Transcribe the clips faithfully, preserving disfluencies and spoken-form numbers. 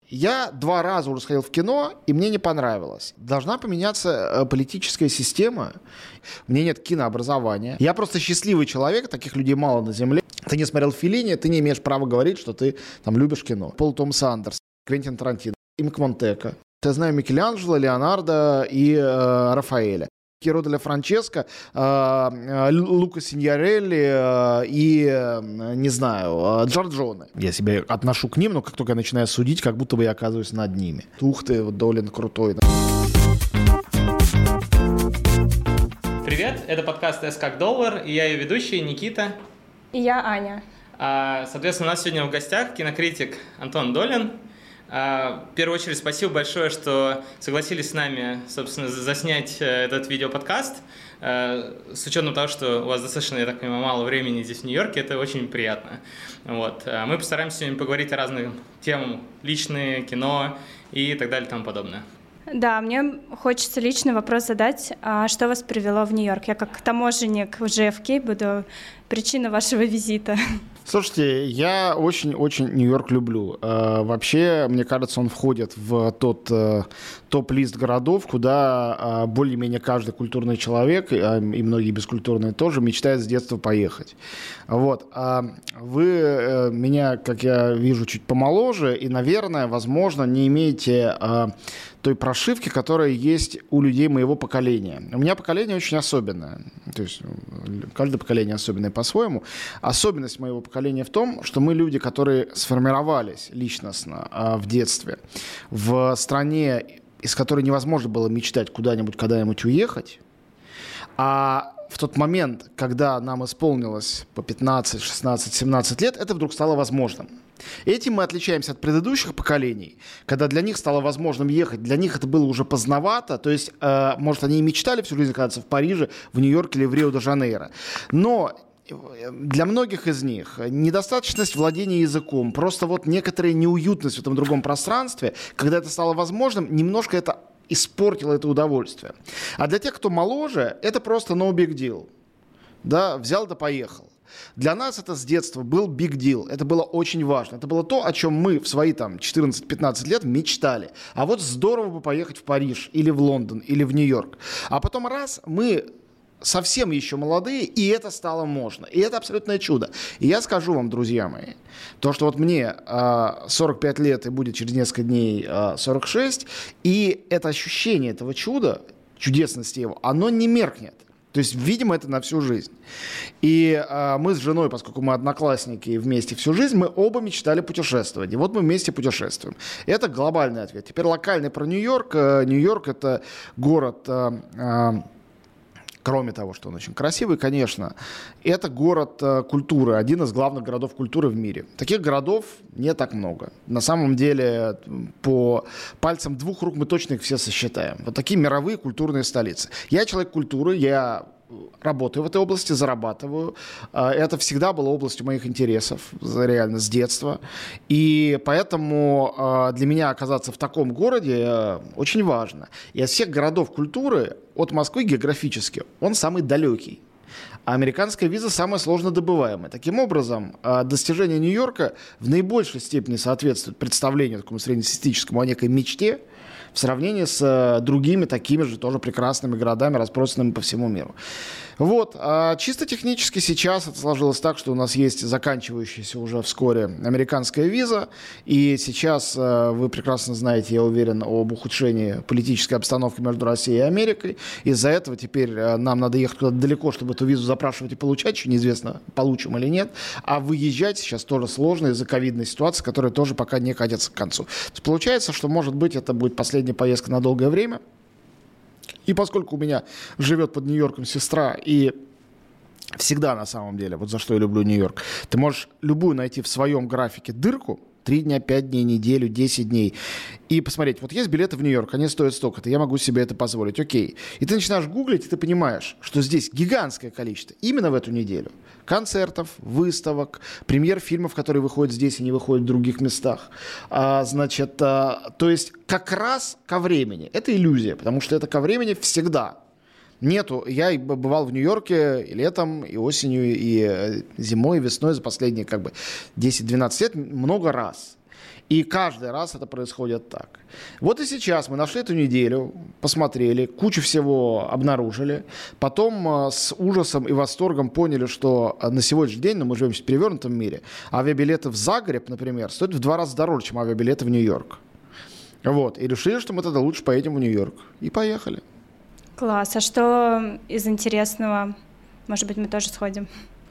Я два раза уже сходил в кино, и мне не понравилось. Должна поменяться политическая система. У меня нет кинообразования. Я просто счастливый человек, таких людей мало на земле. Ты не смотрел Феллини, ты не имеешь права говорить, что ты там любишь кино. Пол Томас Андерсон, Квентин Тарантино, Инк Монтека. Я знаю Микеланджело, Леонардо и э, Рафаэля. Пьеро де ла Франческо, э, Лука Синьорелли э, и, э, не знаю, Джорджоне. Я себя отношу к ним, но как только я начинаю судить, как будто бы я оказываюсь над ними. Ух ты, вот Долин крутой. Привет, это подкаст «С как доллар», и я ее ведущий Никита. И я Аня. А, соответственно, у нас сегодня в гостях кинокритик Антон Долин. В первую очередь, спасибо большое, что согласились с нами, собственно, заснять этот видеоподкаст. С учетом того, что у вас достаточно, я так понимаю, мало времени здесь в Нью-Йорке, это очень приятно. Вот. Мы постараемся сегодня поговорить о разных темах: личные, кино и так далее и тому подобное. Да, мне хочется личный вопрос задать. А что вас привело в Нью-Йорк? Я как таможенник в джей эф кей буду причиной вашего визита. Слушайте, я очень-очень Нью-Йорк люблю. Э, вообще, мне кажется, он входит в тот э, топ-лист городов, куда э, более-менее каждый культурный человек, э, и многие бескультурные тоже, мечтает с детства поехать. Вот. А вы э, меня, как я вижу, чуть помоложе, и, наверное, возможно, не имеете э, той прошивки, которая есть у людей моего поколения. У меня поколение очень особенное. То есть каждое поколение особенное по-своему. Особенность моего поколения в том, что мы люди, которые сформировались личностно а, в детстве в стране, из которой невозможно было мечтать куда-нибудь, когда-нибудь уехать, а в тот момент, когда нам исполнилось по пятнадцать, шестнадцать, семнадцать лет, это вдруг стало возможным. Этим мы отличаемся от предыдущих поколений, когда для них стало возможным ехать, для них это было уже поздновато, то есть, э, может, они и мечтали всю жизнь оказаться в Париже, в Нью-Йорке или в Рио-де-Жанейро, но для многих из них недостаточность владения языком, просто вот некоторая неуютность в этом другом пространстве, когда это стало возможным, немножко это испортило это удовольствие. А для тех, кто моложе, это просто no big deal. Да, взял да поехал. Для нас это с детства был big deal. Это было очень важно. Это было то, о чем мы в свои там четырнадцать-пятнадцать лет мечтали. А вот здорово бы поехать в Париж или в Лондон или в Нью-Йорк. А потом раз мы совсем еще молодые, и это стало можно. И это абсолютное чудо. И я скажу вам, друзья мои, то, что вот мне э, сорок пять лет и будет через несколько дней э, сорок шесть, и это ощущение этого чуда, чудесности его, оно не меркнет. То есть, видимо, это на всю жизнь. И э, мы с женой, поскольку мы одноклассники и вместе всю жизнь, мы оба мечтали путешествовать. И вот мы вместе путешествуем. Это глобальный ответ. Теперь локальный про Нью-Йорк. Э, Нью-Йорк – это город... Э, э, Кроме того, что он очень красивый, конечно, это город э, культуры, один из главных городов культуры в мире. Таких городов не так много. На самом деле, по пальцам двух рук мы точно их все сосчитаем. Вот такие мировые культурные столицы. Я человек культуры, я работаю в этой области, зарабатываю. Это всегда было областью моих интересов, реально, с детства. И поэтому для меня оказаться в таком городе очень важно. И из всех городов культуры от Москвы географически он самый далекий. А американская виза самая сложно добываемая. Таким образом, достижение Нью-Йорка в наибольшей степени соответствует представлению такому среднестатистическому о некой мечте, в сравнении с другими такими же тоже прекрасными городами, разбросанными по всему миру. Вот. А чисто технически сейчас это сложилось так, что у нас есть заканчивающаяся уже вскоре американская виза, и сейчас вы прекрасно знаете, я уверен, об ухудшении политической обстановки между Россией и Америкой. Из-за этого теперь нам надо ехать куда-то далеко, чтобы эту визу запрашивать и получать, еще неизвестно, получим или нет. А выезжать сейчас тоже сложно из-за ковидной ситуации, которая тоже пока не катится к концу. То есть получается, что, может быть, это будет последняя поездка на долгое время. И поскольку у меня живет под Нью-Йорком сестра, и всегда на самом деле, вот за что я люблю Нью-Йорк, ты можешь любую найти в своем графике дырку, три дня, пять дней, неделю, десять дней, и посмотреть, вот есть билеты в Нью-Йорк, они стоят столько-то, я могу себе это позволить, окей. И ты начинаешь гуглить, и ты понимаешь, что здесь гигантское количество, именно в эту неделю, концертов, выставок, премьер фильмов, которые выходят здесь и не выходят в других местах. А, значит, а, то есть как раз ко времени. Это иллюзия, потому что это ко времени всегда. Нету. Я бывал в Нью-Йорке и летом, и осенью, и зимой, и весной за последние как бы десять-двенадцать лет много раз. И И каждый раз это происходит так. Вот и сейчас мы нашли эту неделю, посмотрели, кучу всего обнаружили. Потом с ужасом и восторгом поняли, что на сегодняшний день, ну, мы живем в перевернутом мире, авиабилеты в Загреб, например, стоят в два раза дороже, чем авиабилеты в Нью-Йорк. Вот. И решили, что мы тогда лучше поедем в Нью-Йорк. И поехали. Класс. А что из интересного? Может быть, мы тоже сходим?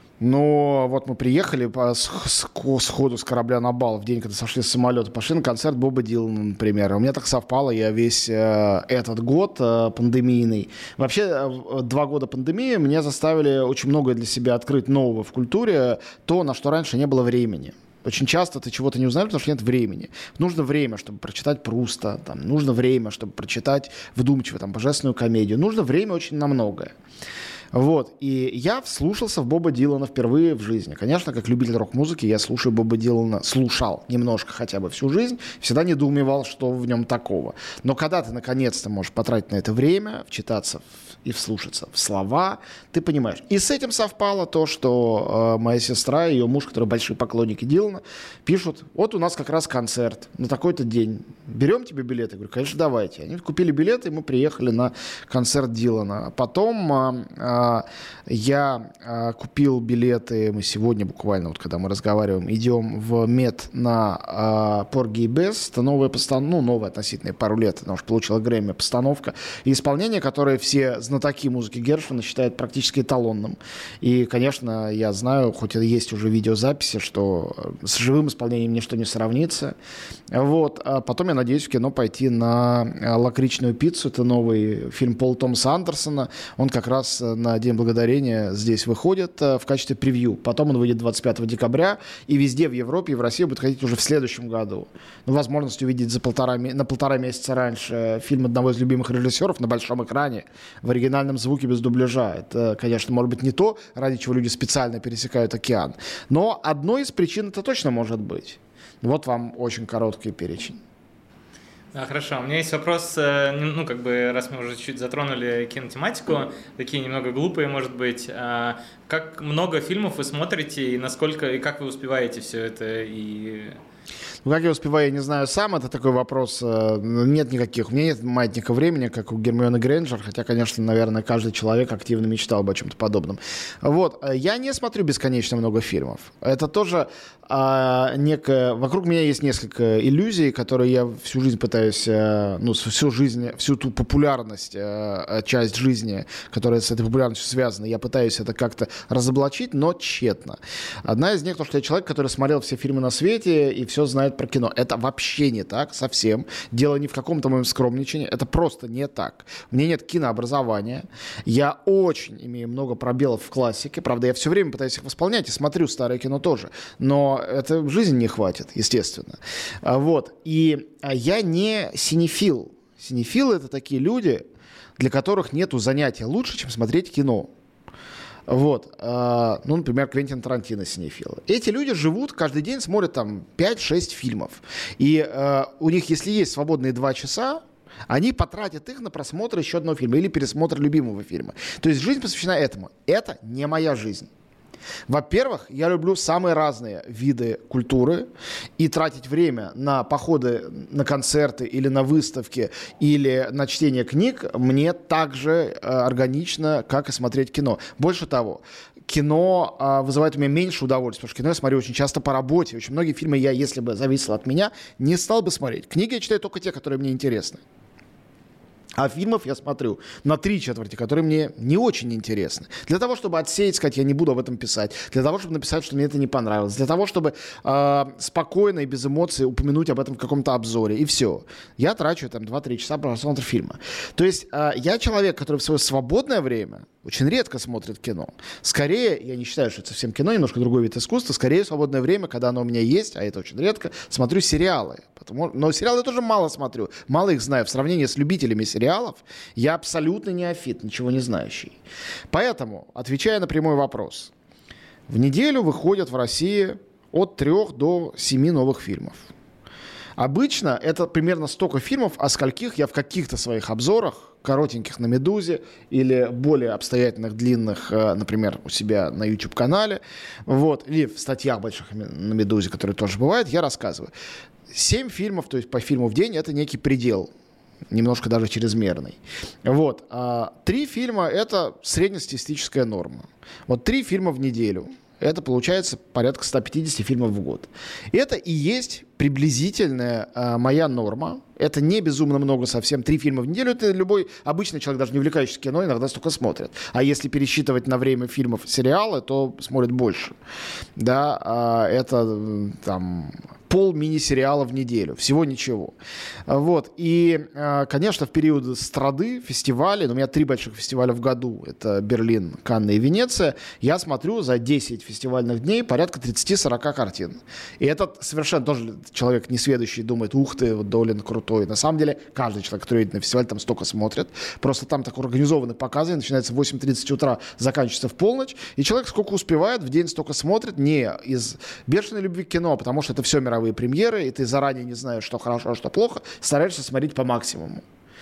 Но вот мы приехали по сходу с корабля на бал в день, когда сошли с самолета, пошли на концерт Боба Дилана, например. У меня так совпало, я весь э, этот год э, пандемийный. Вообще, э, два года пандемии меня заставили очень многое для себя открыть нового в культуре, то, на что раньше не было времени. Очень часто ты чего-то не узнаешь, потому что нет времени. Нужно время, чтобы прочитать Пруста, там, нужно время, чтобы прочитать вдумчиво там, божественную комедию. Нужно время очень на многое. Вот, и я вслушался в Боба Дилана впервые в жизни. Конечно, как любитель рок-музыки, я слушаю Боба Дилана, слушал немножко хотя бы всю жизнь, всегда недоумевал, что в нем такого. Но когда ты наконец-то можешь потратить на это время, вчитаться в, и вслушаться в слова, ты понимаешь. И с этим совпало то, что э, моя сестра и ее муж, которые большие поклонники Дилана, пишут: вот у нас как раз концерт на такой-то день. Берем тебе билеты? Я говорю, конечно, давайте. Они купили билеты, и мы приехали на концерт Дилана. Потом э, э, я э, купил билеты, мы сегодня буквально, вот когда мы разговариваем, идем в Мед на э, Porgy и Bess. Это новая постановка, ну, новая относительно, пару лет, она уже получила Грэмми, постановка и исполнение, которое все знатоки музыки Гершвина считают практически эталонным. И, конечно, я знаю, хоть и есть уже видеозаписи, что с живым исполнением ничто не сравнится. Вот. А потом я надеюсь в кино пойти на «Лакричную пиццу». Это новый фильм Пола Томаса Андерсона. Он как раз на День Благодарения здесь выходит в качестве превью. Потом он выйдет двадцать пятого декабря, и везде в Европе и в России будет ходить уже в следующем году. Ну, возможность увидеть за полтора, на полтора месяца раньше фильм одного из любимых режиссеров на большом экране в оригинальном звуке без дубляжа. Это, конечно, может быть не то, ради чего люди специально пересекают океан. Но одной из причин это точно может быть. Вот вам очень короткий перечень. А, хорошо, у меня есть вопрос, ну, как бы, раз мы уже чуть затронули кинотематику, такие немного глупые, может быть, как много фильмов вы смотрите, и насколько, и как вы успеваете все это, и... Ну, как я успеваю, я не знаю сам, это такой вопрос. Нет никаких, у меня нет маятника времени, как у Гермионы Грейнджер, хотя, конечно, наверное, каждый человек активно мечтал бы о чем-то подобном. Вот, я не смотрю бесконечно много фильмов. Это тоже а, некое... Вокруг меня есть несколько иллюзий, которые я всю жизнь пытаюсь, ну, всю жизнь, всю ту популярность, часть жизни, которая с этой популярностью связана, я пытаюсь это как-то разоблачить, но тщетно. Одна из них, то, что я человек, который смотрел все фильмы на свете и все знает про кино. Это вообще не так совсем. Дело не в каком-то моем скромничании. Это просто не так. У меня нет кинообразования. Я очень имею много пробелов в классике. Правда, я все время пытаюсь их восполнять и смотрю старое кино тоже. Но это в жизни не хватит, естественно. Вот. И я не синефил. Синефилы — это такие люди, для которых нету занятия лучше, чем смотреть кино. Вот, э, ну, например, Квентин Тарантино, синефилы. Эти люди живут, каждый день смотрят там пять-шесть фильмов. И э, у них, если есть свободные два часа, они потратят их на просмотр еще одного фильма или пересмотр любимого фильма. То есть жизнь посвящена этому. Это не моя жизнь. Во-первых, я люблю самые разные виды культуры, и тратить время на походы на концерты или на выставки или на чтение книг мне так же э, органично, как и смотреть кино. Больше того, кино э, вызывает у меня меньше удовольствия, потому что кино я смотрю очень часто по работе. Очень многие фильмы я, если бы зависело от меня, не стал бы смотреть. Книги я читаю только те, которые мне интересны. А фильмов я смотрю на три четверти, которые мне не очень интересны. Для того, чтобы отсеять, сказать, я не буду об этом писать. Для того, чтобы написать, что мне это не понравилось. Для того, чтобы э, спокойно и без эмоций упомянуть об этом в каком-то обзоре. И все. Я трачу там два-три часа на просмотр фильма. То есть э, я человек, который в свое свободное время очень редко смотрит кино. Скорее, я не считаю, что это совсем кино, немножко другой вид искусства. Скорее, в свободное время, когда оно у меня есть, а это очень редко, смотрю сериалы. Потому... Но сериалы я тоже мало смотрю. Мало их знаю. В сравнении с любителями сериалов я абсолютно неофит, ничего не знающий. Поэтому, отвечая на прямой вопрос, в неделю выходят в России от трех до семи новых фильмов. Обычно это примерно столько фильмов, о скольких я в каких-то своих обзорах, коротеньких на «Медузе» или более обстоятельных, длинных, например, у себя на YouTube-канале, вот, или в статьях больших на «Медузе», которые тоже бывают, я рассказываю. семь фильмов, то есть по фильму в день, это некий предел. Немножко даже чрезмерный. Вот. А три фильма – это среднестатистическая норма. Вот три фильма в неделю. Это получается порядка сто пятьдесят фильмов в год. Это и есть приблизительная а, моя норма. Это не безумно много совсем. Три фильма в неделю. Это любой обычный человек, даже не увлекающийся кино, иногда столько смотрит. А если пересчитывать на время фильмов сериалы, то смотрит больше. Да, а, это там пол мини-сериала в неделю. Всего ничего. Вот. И, конечно, в период страды, фестивалей, у меня три больших фестиваля в году, это Берлин, Канны и Венеция, я смотрю за десять фестивальных дней порядка тридцать-сорок картин. И этот совершенно тоже человек несведущий думает, ух ты, вот Долин крутой. На самом деле, каждый человек, который едет на фестиваль, там столько смотрит. Просто там так организованные показы, начинается в восемь тридцать утра, заканчивается в полночь, и человек сколько успевает, в день столько смотрит, не из бешеной любви к кино, потому что это все мировые премьеры, и ты заранее не знаешь, что хорошо, а что плохо, стараешься смотреть по максимуму.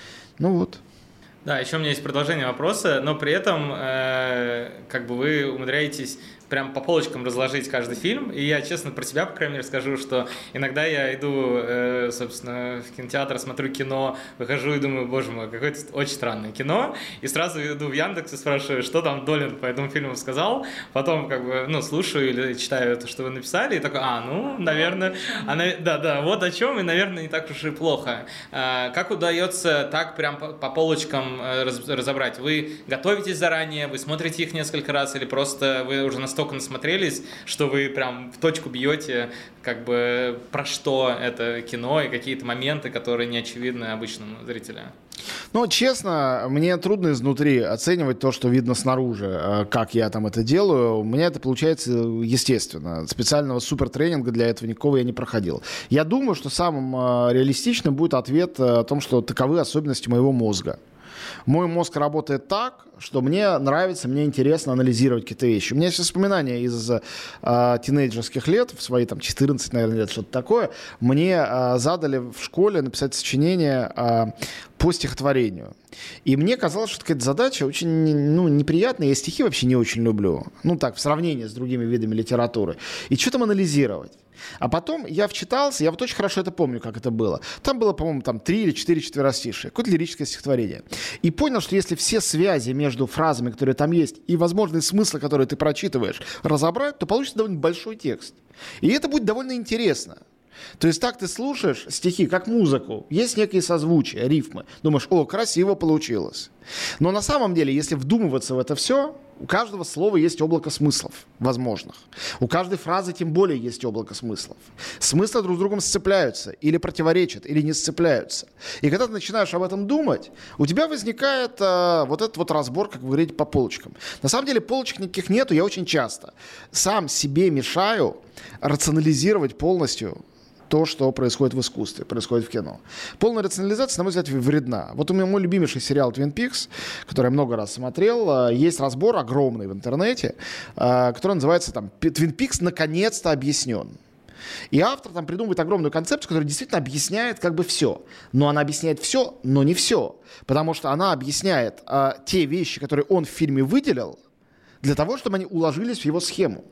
Ну вот. Да, еще у меня есть продолжение вопроса, но при этом э, как бы вы умудряетесь прям по полочкам разложить каждый фильм, и я честно про себя, по крайней мере, скажу, что иногда я иду, э, собственно, в кинотеатр, смотрю кино, выхожу и думаю, боже мой, какое-то очень странное кино, и сразу иду в Яндекс и спрашиваю, что там Долин по этому фильму сказал, потом как бы, ну, слушаю или читаю то, что вы написали, и такой, а, ну, наверное, да-да, вот о чем, и, наверное, не так уж и плохо. А, как удается так прям по, по полочкам раз, разобрать? Вы готовитесь заранее, вы смотрите их несколько раз, или просто вы уже настолько насмотрелись, что вы прям в точку бьете, как бы про что это кино и какие-то моменты, которые не очевидны обычному зрителю? Ну, честно, мне трудно изнутри оценивать то, что видно снаружи, как я там это делаю. У меня это получается естественно. Специального супертренинга для этого никакого я не проходил. Я думаю, что самым реалистичным будет ответ о том, что таковы особенности моего мозга. Мой мозг работает так, что мне нравится, мне интересно анализировать какие-то вещи. У меня есть воспоминания из э, тинейджерских лет, в свои там четырнадцать, наверное, лет, что-то такое. Мне э, задали в школе написать сочинение э, по стихотворению. И мне казалось, что какая-то задача очень, ну, неприятная. Я стихи вообще не очень люблю. Ну так, в сравнении с другими видами литературы. И что там анализировать? А потом я вчитался, я вот очень хорошо это помню, как это было. Там было, по-моему, там три или четыре четверостишия, какое-то лирическое стихотворение. И понял, что если все связи между фразами, которые там есть, и возможные смыслы, которые ты прочитываешь, разобрать, то получится довольно большой текст. И это будет довольно интересно. То есть так ты слушаешь стихи, как музыку, есть некие созвучия, рифмы. Думаешь, о, красиво получилось. Но на самом деле, если вдумываться в это все, у каждого слова есть облако смыслов возможных. У каждой фразы тем более есть облако смыслов. Смыслы друг с другом сцепляются, или противоречат, или не сцепляются. И когда ты начинаешь об этом думать, у тебя возникает э, вот этот вот разбор, как вы говорите, по полочкам. На самом деле полочек никаких нету, я очень часто сам себе мешаю рационализировать полностью то, что происходит в искусстве, происходит в кино. Полная рационализация, на мой взгляд, вредна. Вот у меня мой любимейший сериал «Твин Пикс», который я много раз смотрел, есть разбор огромный в интернете, который называется там «Твин Пикс наконец-то объяснен». И автор там придумывает огромную концепцию, которая действительно объясняет как бы все. Но она объясняет все, но не все. Потому что она объясняет а, те вещи, которые он в фильме выделил, для того, чтобы они уложились в его схему.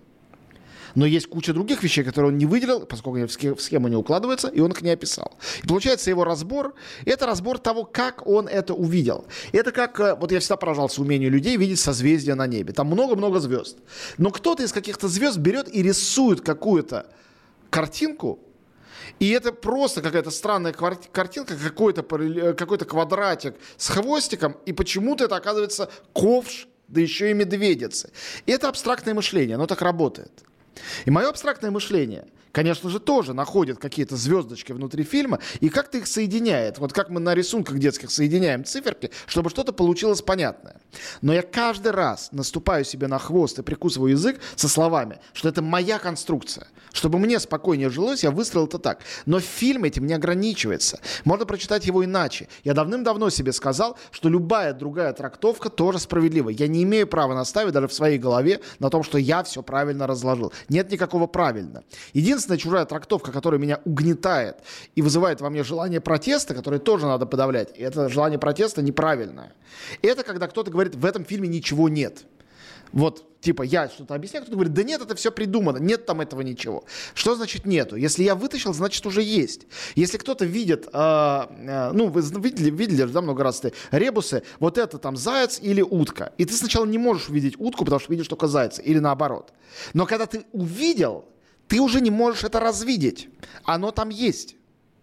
Но есть куча других вещей, которые он не выделил, поскольку они в схему не укладываются, и он их не описал. И получается, его разбор – это разбор того, как он это увидел. Это как, вот я всегда поражался умению людей видеть созвездия на небе. Там много-много звезд. Но кто-то из каких-то звезд берет и рисует какую-то картинку, и это просто какая-то странная картинка, какой-то, какой-то квадратик с хвостиком, и почему-то это оказывается ковш, да еще и медведицы. И это абстрактное мышление, оно так работает. И мое абстрактное мышление, конечно же, тоже находит какие-то звездочки внутри фильма и как-то их соединяет. Вот как мы на рисунках детских соединяем циферки, чтобы что-то получилось понятное. Но я каждый раз наступаю себе на хвост и прикусываю язык со словами, что это моя конструкция. Чтобы мне спокойнее жилось, я выстроил это так. Но фильм этим не ограничивается. Можно прочитать его иначе. Я давным-давно себе сказал, что любая другая трактовка тоже справедлива. Я не имею права наставить даже в своей голове на том, что я все правильно разложил. Нет никакого правильно. Единственная чужая трактовка, которая меня угнетает и вызывает во мне желание протеста, которое тоже надо подавлять, и это желание протеста неправильное. Это когда кто-то говорит, в этом фильме ничего нет. Вот, типа, я что-то объясняю, кто-то говорит, да нет, это все придумано, нет там этого ничего. Что значит нету? Если я вытащил, значит уже есть. Если кто-то видит, э, э, ну, вы видели, видели, да, много раз ты, ребусы, вот это там заяц или утка. И ты сначала не можешь увидеть утку, потому что видишь только зайца, или наоборот. Но когда ты увидел, ты уже не можешь это развидеть. Оно там есть.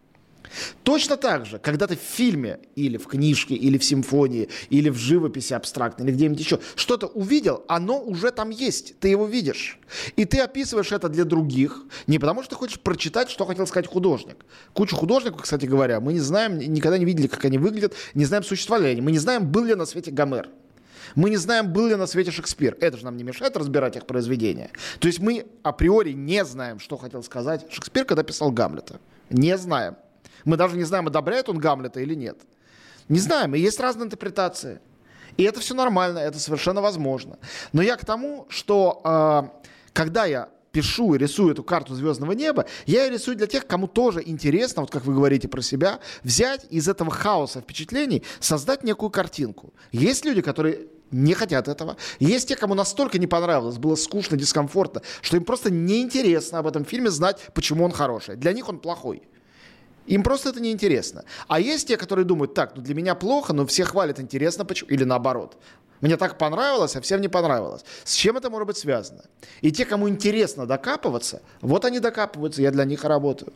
Точно так же, когда ты в фильме, или в книжке, или в симфонии, или в живописи абстрактной, или где-нибудь еще что-то увидел, оно уже там есть, ты его видишь. И ты описываешь это для других, не потому что ты хочешь прочитать, что хотел сказать художник. Кучу художников, кстати говоря, мы не знаем, никогда не видели, как они выглядят, не знаем, существовали ли они, мы не знаем, был ли на свете Гомер. Мы не знаем, был ли на свете Шекспир. Это же нам не мешает разбирать их произведения. То есть мы априори не знаем, что хотел сказать Шекспир, когда писал Гамлета. Не знаем. Мы даже не знаем, одобряет он Гамлета или нет. Не знаем, и есть разные интерпретации. И это все нормально, это совершенно возможно. Но я к тому, что э, когда я пишу и рисую эту карту звездного неба, я ее рисую для тех, кому тоже интересно, вот как вы говорите про себя, взять из этого хаоса впечатлений, создать некую картинку. Есть люди, которые не хотят этого. Есть те, кому настолько не понравилось, было скучно, дискомфортно, что им просто неинтересно об этом фильме знать, почему он хороший. Для них он плохой. Им просто это неинтересно. А есть те, которые думают, так, ну для меня плохо, но все хвалят, интересно, почему. Или наоборот. Мне так понравилось, а всем не понравилось. С чем это может быть связано? И те, кому интересно докапываться, вот они докапываются, я для них и работаю.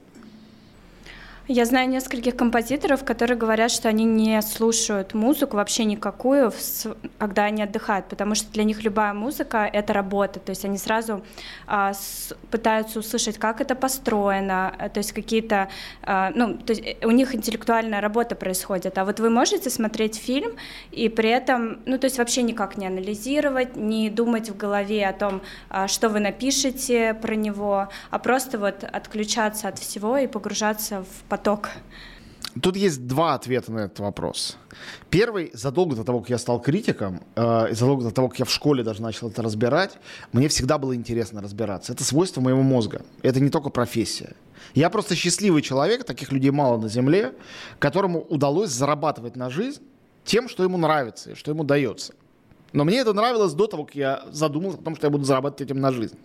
Я знаю нескольких композиторов, которые говорят, что они не слушают музыку вообще никакую, когда они отдыхают, потому что для них любая музыка — это работа. То есть они сразу а, с, пытаются услышать, как это построено, то есть какие-то... А, ну, то есть у них интеллектуальная работа происходит. А вот вы можете смотреть фильм и при этом, ну, то есть вообще никак не анализировать, не думать в голове о том, а, что вы напишете про него, а просто вот отключаться от всего и погружаться в поток. Тут есть два ответа на этот вопрос. Первый, задолго до того, как я стал критиком, э, задолго до того, как я в школе даже начал это разбирать, мне всегда было интересно разбираться. Это свойство моего мозга. Это не только профессия. Я просто счастливый человек, таких людей мало на земле, которому удалось зарабатывать на жизнь тем, что ему нравится и что ему дается. Но мне это нравилось до того, как я задумался о том, что я буду зарабатывать этим на жизнь.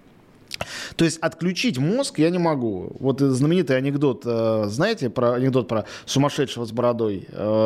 То есть отключить мозг я не могу. Вот знаменитый анекдот, знаете, про анекдот про сумасшедшего с бородой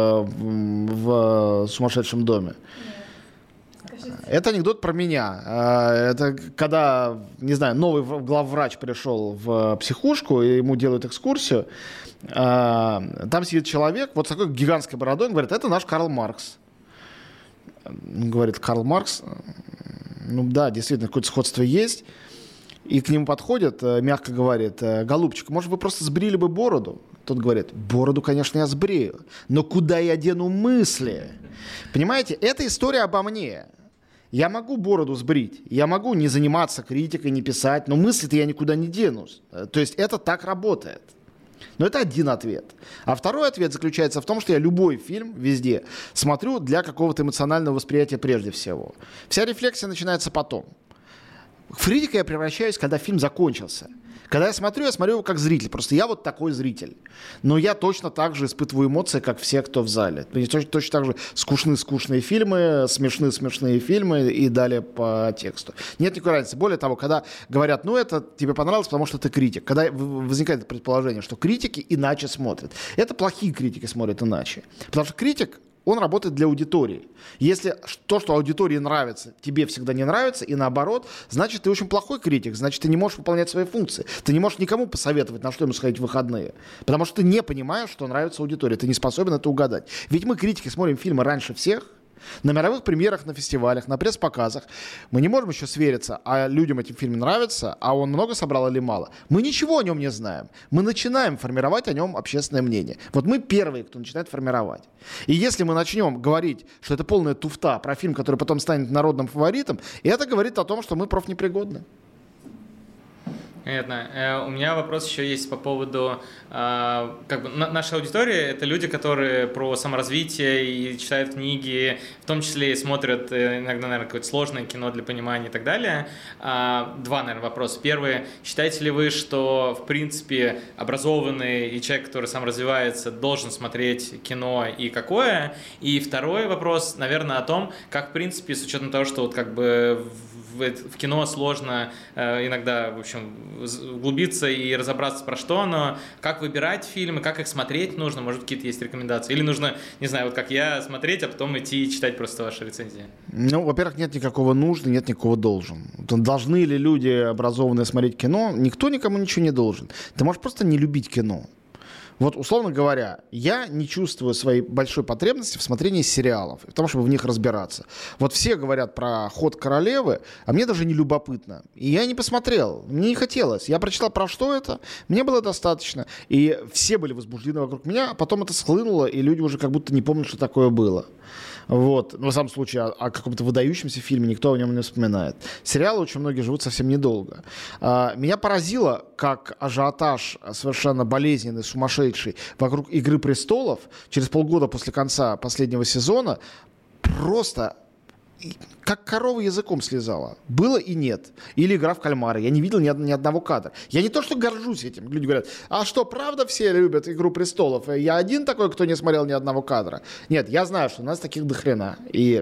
в сумасшедшем доме? Скажите. Это анекдот про меня. Это когда, не знаю, новый главврач пришел в психушку, и ему делают экскурсию. Там сидит человек вот с такой гигантской бородой, он говорит, это наш Карл Маркс. Он говорит, Карл Маркс? Ну да, действительно, какое-то сходство есть. И к нему подходят, мягко говорит, голубчик, может, вы просто сбрили бы бороду? Тот говорит, бороду, конечно, я сбрею, но куда я дену мысли? Понимаете, это история обо мне. Я могу бороду сбрить, я могу не заниматься критикой, не писать, но мысли-то я никуда не денусь. То есть это так работает. Но это один ответ. А второй ответ заключается в том, что я любой фильм везде смотрю для какого-то эмоционального восприятия прежде всего. Вся рефлексия начинается потом. В критика я превращаюсь, когда фильм закончился. Когда я смотрю, я смотрю его как зритель. Просто я вот такой зритель. Но я точно так же испытываю эмоции, как все, кто в зале. Точно, точно так же скучны-скучные фильмы, смешны-смешные фильмы и далее по тексту. Нет никакой разницы. Более того, когда говорят, ну это тебе понравилось, потому что ты критик. Когда возникает предположение, что критики иначе смотрят. Это плохие критики смотрят иначе. Потому что критик, он работает для аудитории. Если то, что аудитории нравится, тебе всегда не нравится, и наоборот, значит, ты очень плохой критик, значит, ты не можешь выполнять свои функции. Ты не можешь никому посоветовать, на что ему сходить в выходные. Потому что ты не понимаешь, что нравится аудитории. Ты не способен это угадать. Ведь мы, критики, смотрим фильмы раньше всех, на мировых премьерах, на фестивалях, на пресс-показах. Мы не можем еще свериться, а людям этим фильм нравится, а он много собрал или мало. Мы ничего о нем не знаем. Мы начинаем формировать о нем общественное мнение. Вот мы первые, кто начинает формировать. И если мы начнем говорить, что это полная туфта про фильм, который потом станет народным фаворитом, это говорит о том, что мы профнепригодны. Понятно. У меня вопрос еще есть по поводу, как бы, наша аудитория — это люди, которые про саморазвитие и читают книги, в том числе и смотрят иногда, наверное, какое-то сложное кино для понимания и так далее. Два, наверное, вопроса. Первый. Считаете ли вы, что, в принципе, образованный и человек, который сам развивается, должен смотреть кино и какое? И второй вопрос, наверное, о том, как, в принципе, с учетом того, что вот как бы в, в кино сложно иногда, в общем, углубиться и разобраться, про что оно, как выбирать фильмы, как их смотреть нужно, может, какие-то есть рекомендации, или нужно, не знаю, вот как я, смотреть, а потом идти и читать просто ваши рецензии? Ну, во-первых, нет никакого нужды, нет никакого должен. Должны ли люди образованные смотреть кино? Никто никому ничего не должен. Ты можешь просто не любить кино. Вот, условно говоря, я не чувствую своей большой потребности в смотрении сериалов, в том, чтобы в них разбираться. Вот все говорят про «Ход королевы», а мне даже не любопытно. И я не посмотрел, мне не хотелось. Я прочитал, про что это, мне было достаточно. И все были возбуждены вокруг меня, а потом это схлынуло, и люди уже как будто не помнят, что такое было. Вот. Но в самом случае о, о каком-то выдающемся фильме никто о нем не вспоминает. Сериалы очень многие живут совсем недолго. А, меня поразило, как ажиотаж совершенно болезненный, сумасшедший вокруг «Игры престолов» через полгода после конца последнего сезона просто как корова языком слезала. Было и нет. Или «Игра в кальмара». Я не видел ни, ни одного кадра. Я не то, что горжусь этим. Люди говорят, а что, правда все любят «Игру престолов»? Я один такой, кто не смотрел ни одного кадра. Нет, я знаю, что у нас таких дохрена. И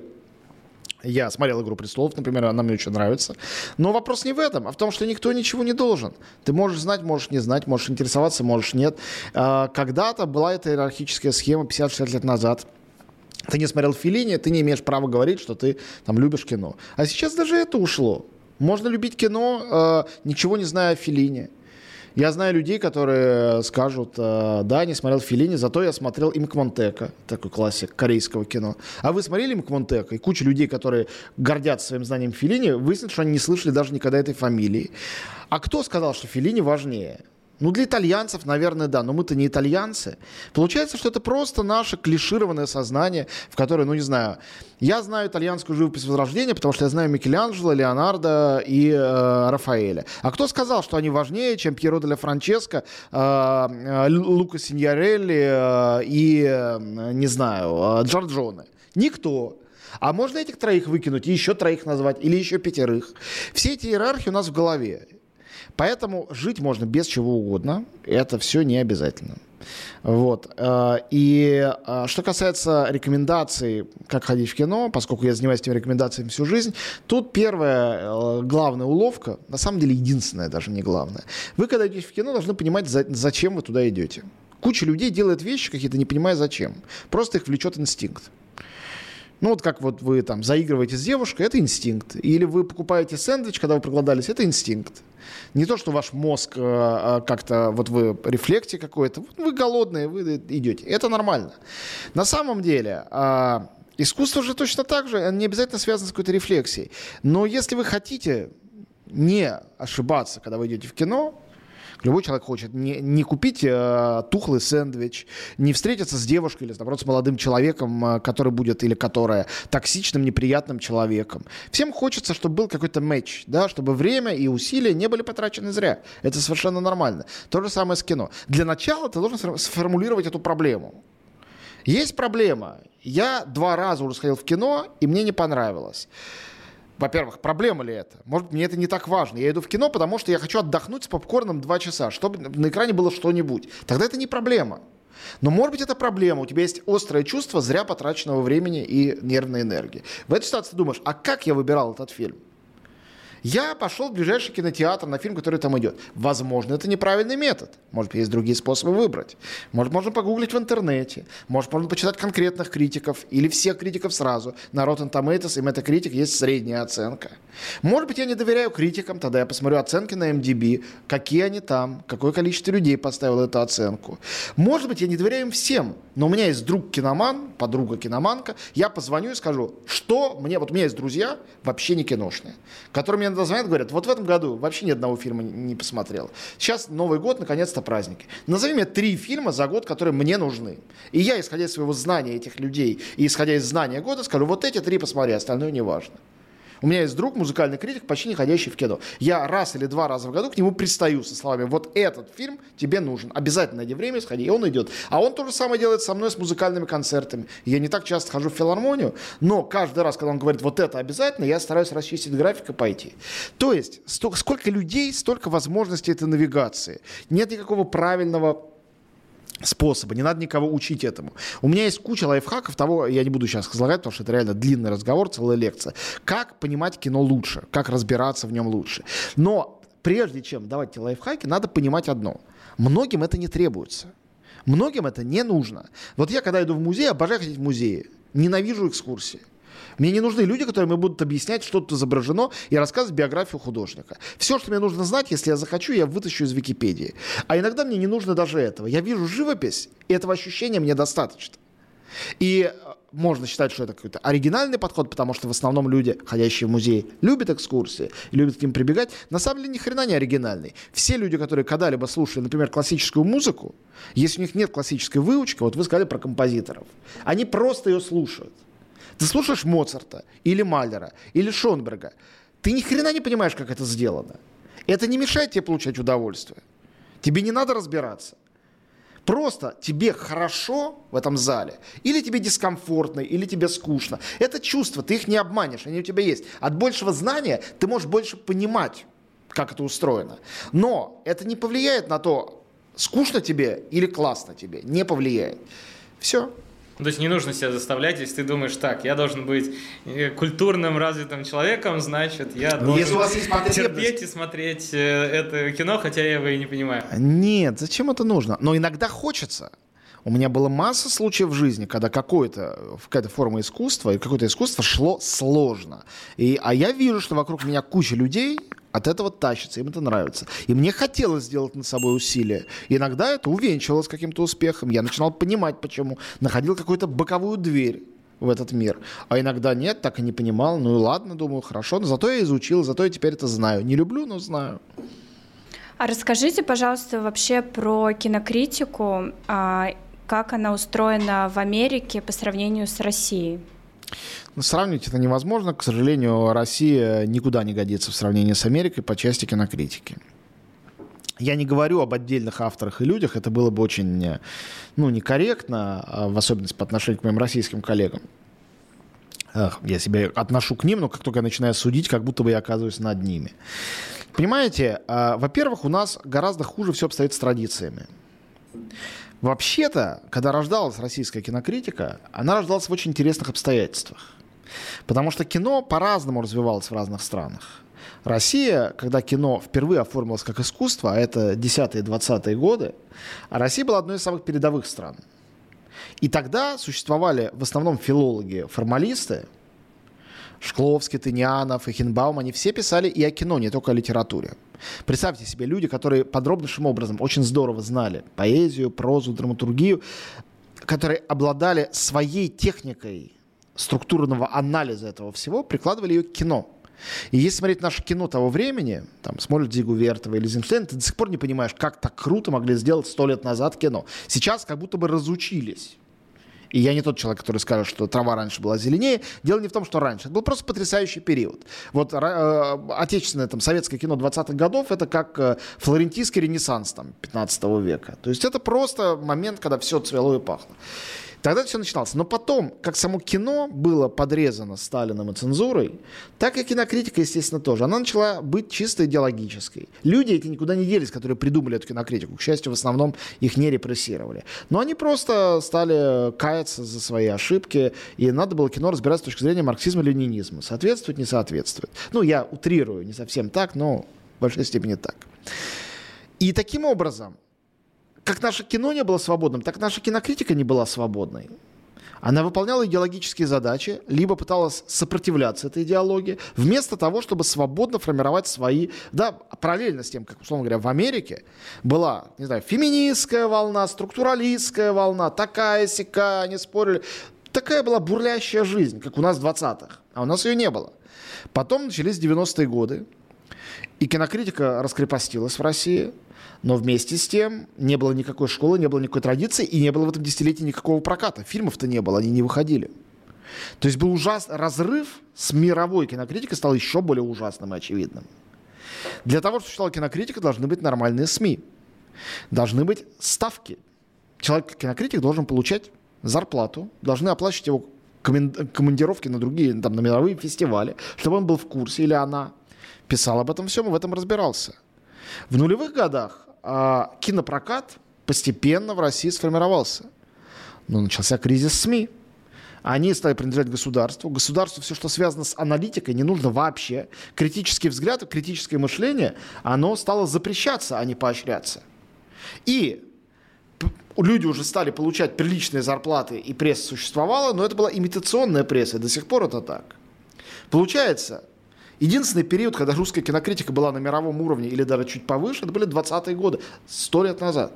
я смотрел «Игру престолов», например, она мне очень нравится. Но вопрос не в этом, а в том, что никто ничего не должен. Ты можешь знать, можешь не знать, можешь интересоваться, можешь нет. Когда-то была эта иерархическая схема пятьдесят-шестьдесят лет назад. Ты не смотрел Феллини, ты не имеешь права говорить, что ты там любишь кино. А сейчас даже это ушло. Можно любить кино, э, ничего не зная о Феллини. Я знаю людей, которые скажут, э, да, не смотрел Феллини, зато я смотрел Имкмонтека, такой классик корейского кино. А вы смотрели Имкмонтека? И куча людей, которые гордятся своим знанием Феллини, выяснят, что они не слышали даже никогда этой фамилии. А кто сказал, что Феллини важнее? Ну, для итальянцев, наверное, да, но мы-то не итальянцы. Получается, что это просто наше клишированное сознание, в которое, ну, не знаю, я знаю итальянскую живопись Возрождения, потому что я знаю Микеланджело, Леонардо и э, Рафаэля. А кто сказал, что они важнее, чем Пьеро де ла Франческо, э, э, Лука Синьорелли э, и, э, не знаю, э, Джорджоне? Никто. А можно этих троих выкинуть и еще троих назвать, или еще пятерых? Все эти иерархии у нас в голове. Поэтому жить можно без чего угодно. Это все не обязательно. Вот. И что касается рекомендаций, как ходить в кино, поскольку я занимаюсь этими рекомендациями всю жизнь, тут первая главная уловка, на самом деле единственная, даже не главная. Вы, когда идете в кино, должны понимать, зачем вы туда идете. Куча людей делает вещи какие-то, не понимая зачем. Просто их влечет инстинкт. Ну, вот как вот вы там заигрываете с девушкой, это инстинкт. Или вы покупаете сэндвич, когда вы проголодались, это инстинкт. Не то, что ваш мозг э, как-то, вот вы рефлекте какой-то, вы голодные, вы идете. Это нормально. На самом деле, э, искусство же точно так же, не обязательно связано с какой-то рефлексией. Но если вы хотите не ошибаться, когда вы идете в кино, любой человек хочет не, не купить э, тухлый сэндвич, не встретиться с девушкой или, наоборот, с молодым человеком, э, который будет или которая токсичным, неприятным человеком. Всем хочется, чтобы был какой-то матч, да, чтобы время и усилия не были потрачены зря. Это совершенно нормально. То же самое с кино. Для начала ты должен сформулировать эту проблему. Есть проблема. Я два раза уже сходил в кино, и мне не понравилось. Во-первых, проблема ли это? Может, мне это не так важно. Я иду в кино, потому что я хочу отдохнуть с попкорном два часа, чтобы на экране было что-нибудь. Тогда это не проблема. Но, может быть, это проблема. У тебя есть острое чувство зря потраченного времени и нервной энергии. В этой ситуации ты думаешь, а как я выбирал этот фильм? Я пошел в ближайший кинотеатр на фильм, который там идет. Возможно, это неправильный метод. Может, есть другие способы выбрать. Может, можно погуглить в интернете. Может, можно почитать конкретных критиков или всех критиков сразу. На Rotten Tomatoes и Metacritic есть средняя оценка. Может быть, я не доверяю критикам, тогда я посмотрю оценки на эм ди би, какие они там, какое количество людей поставило эту оценку. Может быть, я не доверяю им всем, но у меня есть друг-киноман, подруга-киноманка, я позвоню и скажу, что мне... Вот у меня есть друзья, вообще не киношные, которые мне звонят, говорят, вот в этом году вообще ни одного фильма не посмотрел. Сейчас Новый год, наконец-то праздники. Назови мне три фильма за год, которые мне нужны. И я, исходя из своего знания этих людей и исходя из знания года, скажу, вот эти три посмотри, остальное не важно. У меня есть друг, музыкальный критик, почти не ходящий в кино. Я раз или два раза в году к нему пристаю со словами: вот этот фильм тебе нужен, обязательно найди время, сходи, и он идет. А он то же самое делает со мной с музыкальными концертами. Я не так часто хожу в филармонию, но каждый раз, когда он говорит: вот это обязательно, я стараюсь расчистить график и пойти. То есть, столько, сколько людей, столько возможностей этой навигации. Нет никакого правильного способа, не надо никого учить этому. У меня есть куча лайфхаков того, я не буду сейчас излагать, потому что это реально длинный разговор, целая лекция. Как понимать кино лучше, как разбираться в нем лучше. Но прежде чем давать эти лайфхаки, надо понимать одно. Многим это не требуется. Многим это не нужно. Вот я, когда иду в музей, обожаю ходить в музеи. Ненавижу экскурсии. Мне не нужны люди, которые мне будут объяснять, что тут изображено, и рассказывать биографию художника. Все, что мне нужно знать, если я захочу, я вытащу из Википедии. А иногда мне не нужно даже этого. Я вижу живопись, и этого ощущения мне достаточно. И можно считать, что это какой-то оригинальный подход, потому что в основном люди, ходящие в музей, любят экскурсии, любят к ним прибегать. На самом деле ни хрена не оригинальный. Все люди, которые когда-либо слушали, например, классическую музыку, если у них нет классической выучки, вот вы сказали про композиторов, они просто ее слушают. Ты слушаешь Моцарта, или Малера, или Шонберга. Ты ни хрена не понимаешь, как это сделано. Это не мешает тебе получать удовольствие. Тебе не надо разбираться. Просто тебе хорошо в этом зале, или тебе дискомфортно, или тебе скучно. Это чувства, ты их не обманешь, они у тебя есть. От большего знания ты можешь больше понимать, как это устроено. Но это не повлияет на то, скучно тебе или классно тебе. Не повлияет. Все. То есть не нужно себя заставлять, если ты думаешь: так, я должен быть культурным, развитым человеком, значит, я должен если у вас есть терпеть и смотреть это кино, хотя я его и не понимаю. Нет, зачем это нужно? Но иногда хочется. У меня была масса случаев в жизни, когда какое-то, какая-то форма искусства и какое-то искусство шло сложно. И, а я вижу, что вокруг меня куча людей от этого тащится, им это нравится. И мне хотелось сделать над собой усилия. И иногда это увенчивалось каким-то успехом. Я начинал понимать, почему. Находил какую-то боковую дверь в этот мир. А иногда нет, так и не понимал. Ну и ладно, думаю, хорошо. Но зато я изучил, зато я теперь это знаю. Не люблю, но знаю. А расскажите, пожалуйста, вообще про кинокритику. Как она устроена в Америке по сравнению с Россией? Но сравнить это невозможно. К сожалению, Россия никуда не годится в сравнении с Америкой по части кинокритики. Я не говорю об отдельных авторах и людях, это было бы очень, ну, некорректно, в особенности по отношению к моим российским коллегам. Я себя отношу к ним, но как только я начинаю судить, как будто бы я оказываюсь над ними. Понимаете, во-первых, у нас гораздо хуже все обстоит с традициями. Вообще-то, когда рождалась российская кинокритика, она рождалась в очень интересных обстоятельствах. Потому что кино по-разному развивалось в разных странах. Россия, когда кино впервые оформилось как искусство, а это десятые-двадцатые годы, а Россия была одной из самых передовых стран. И тогда существовали в основном филологи, формалисты, Шкловский, Тынянов, Эхенбаум, они все писали и о кино, не только о литературе. Представьте себе люди, которые подробнейшим образом очень здорово знали поэзию, прозу, драматургию, которые обладали своей техникой структурного анализа этого всего, прикладывали ее к кино. И если смотреть наше кино того времени, там, смотришь Дзигу Вертова или Эйзенштейна, ты до сих пор не понимаешь, как так круто могли сделать сто лет назад кино. Сейчас как будто бы разучились. И я не тот человек, который скажет, что трава раньше была зеленее. Дело не в том, что раньше. Это был просто потрясающий период. Вот э, отечественное там, советское кино двадцатых годов, это как э, флорентийский ренессанс там, пятнадцатого века. То есть это просто момент, когда все цвело и пахло. Тогда все начиналось. Но потом, как само кино было подрезано Сталином и цензурой, так и кинокритика, естественно, тоже. Она начала быть чисто идеологической. Люди эти никуда не делись, которые придумали эту кинокритику. К счастью, в основном их не репрессировали. Но они просто стали каяться за свои ошибки, и надо было кино разбирать с точки зрения марксизма-ленинизма. Соответствует, не соответствует. Ну, я утрирую, не совсем так, но в большой степени так. И таким образом, как наше кино не было свободным, так наша кинокритика не была свободной. Она выполняла идеологические задачи, либо пыталась сопротивляться этой идеологии, вместо того, чтобы свободно формировать свои... Да, параллельно с тем, как, условно говоря, в Америке была, не знаю, феминистская волна, структуралистская волна, такая-сякая, они спорили. Такая была бурлящая жизнь, как у нас в двадцатых, а у нас ее не было. Потом начались девяностые годы, и кинокритика раскрепостилась в России. Но вместе с тем не было никакой школы, не было никакой традиции, и не было в этом десятилетии никакого проката. Фильмов-то не было, они не выходили. То есть был ужасный разрыв с мировой кинокритикой, стал еще более ужасным и очевидным. Для того, чтобы существовала кинокритика, должны быть нормальные СМИ. Должны быть ставки. Человек-кинокритик должен получать зарплату, должны оплачивать его командировки на другие, там, на мировые фестивали, чтобы он был в курсе, или она писал об этом всем и в этом разбирался. В нулевых годах а, кинопрокат постепенно в России сформировался. Но начался кризис СМИ. Они стали принадлежать государству. Государству все, что связано с аналитикой, не нужно вообще. Критический взгляд, критическое мышление, оно стало запрещаться, а не поощряться. И люди уже стали получать приличные зарплаты, и пресса существовала, но это была имитационная пресса, и до сих пор это так. Получается, единственный период, когда русская кинокритика была на мировом уровне или даже чуть повыше, это были двадцатые годы, сто лет назад.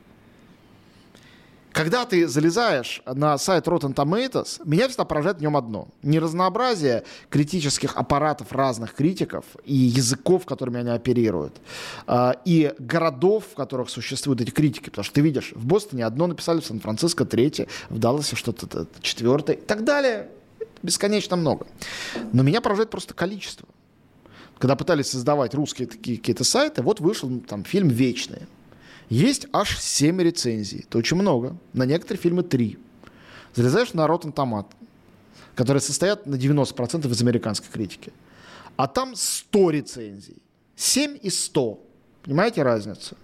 Когда ты залезаешь на сайт Rotten Tomatoes, меня всегда поражает в нем одно. Не разнообразие критических аппаратов разных критиков и языков, которыми они оперируют, и городов, в которых существуют эти критики. Потому что ты видишь, в Бостоне одно написали, в Сан-Франциско третье, в Далласе что-то четвертое и так далее. Бесконечно много. Но меня поражает просто количество. Когда пытались создавать русские такие какие-то сайты, вот вышел там фильм «Вечные». Есть аж семь рецензий. Это очень много. На некоторые фильмы три. Залезаешь на Rotten Tomatoes, которые состоят на девяносто процентов из американской критики. А там сто рецензий. семь и сто. Понимаете разницу?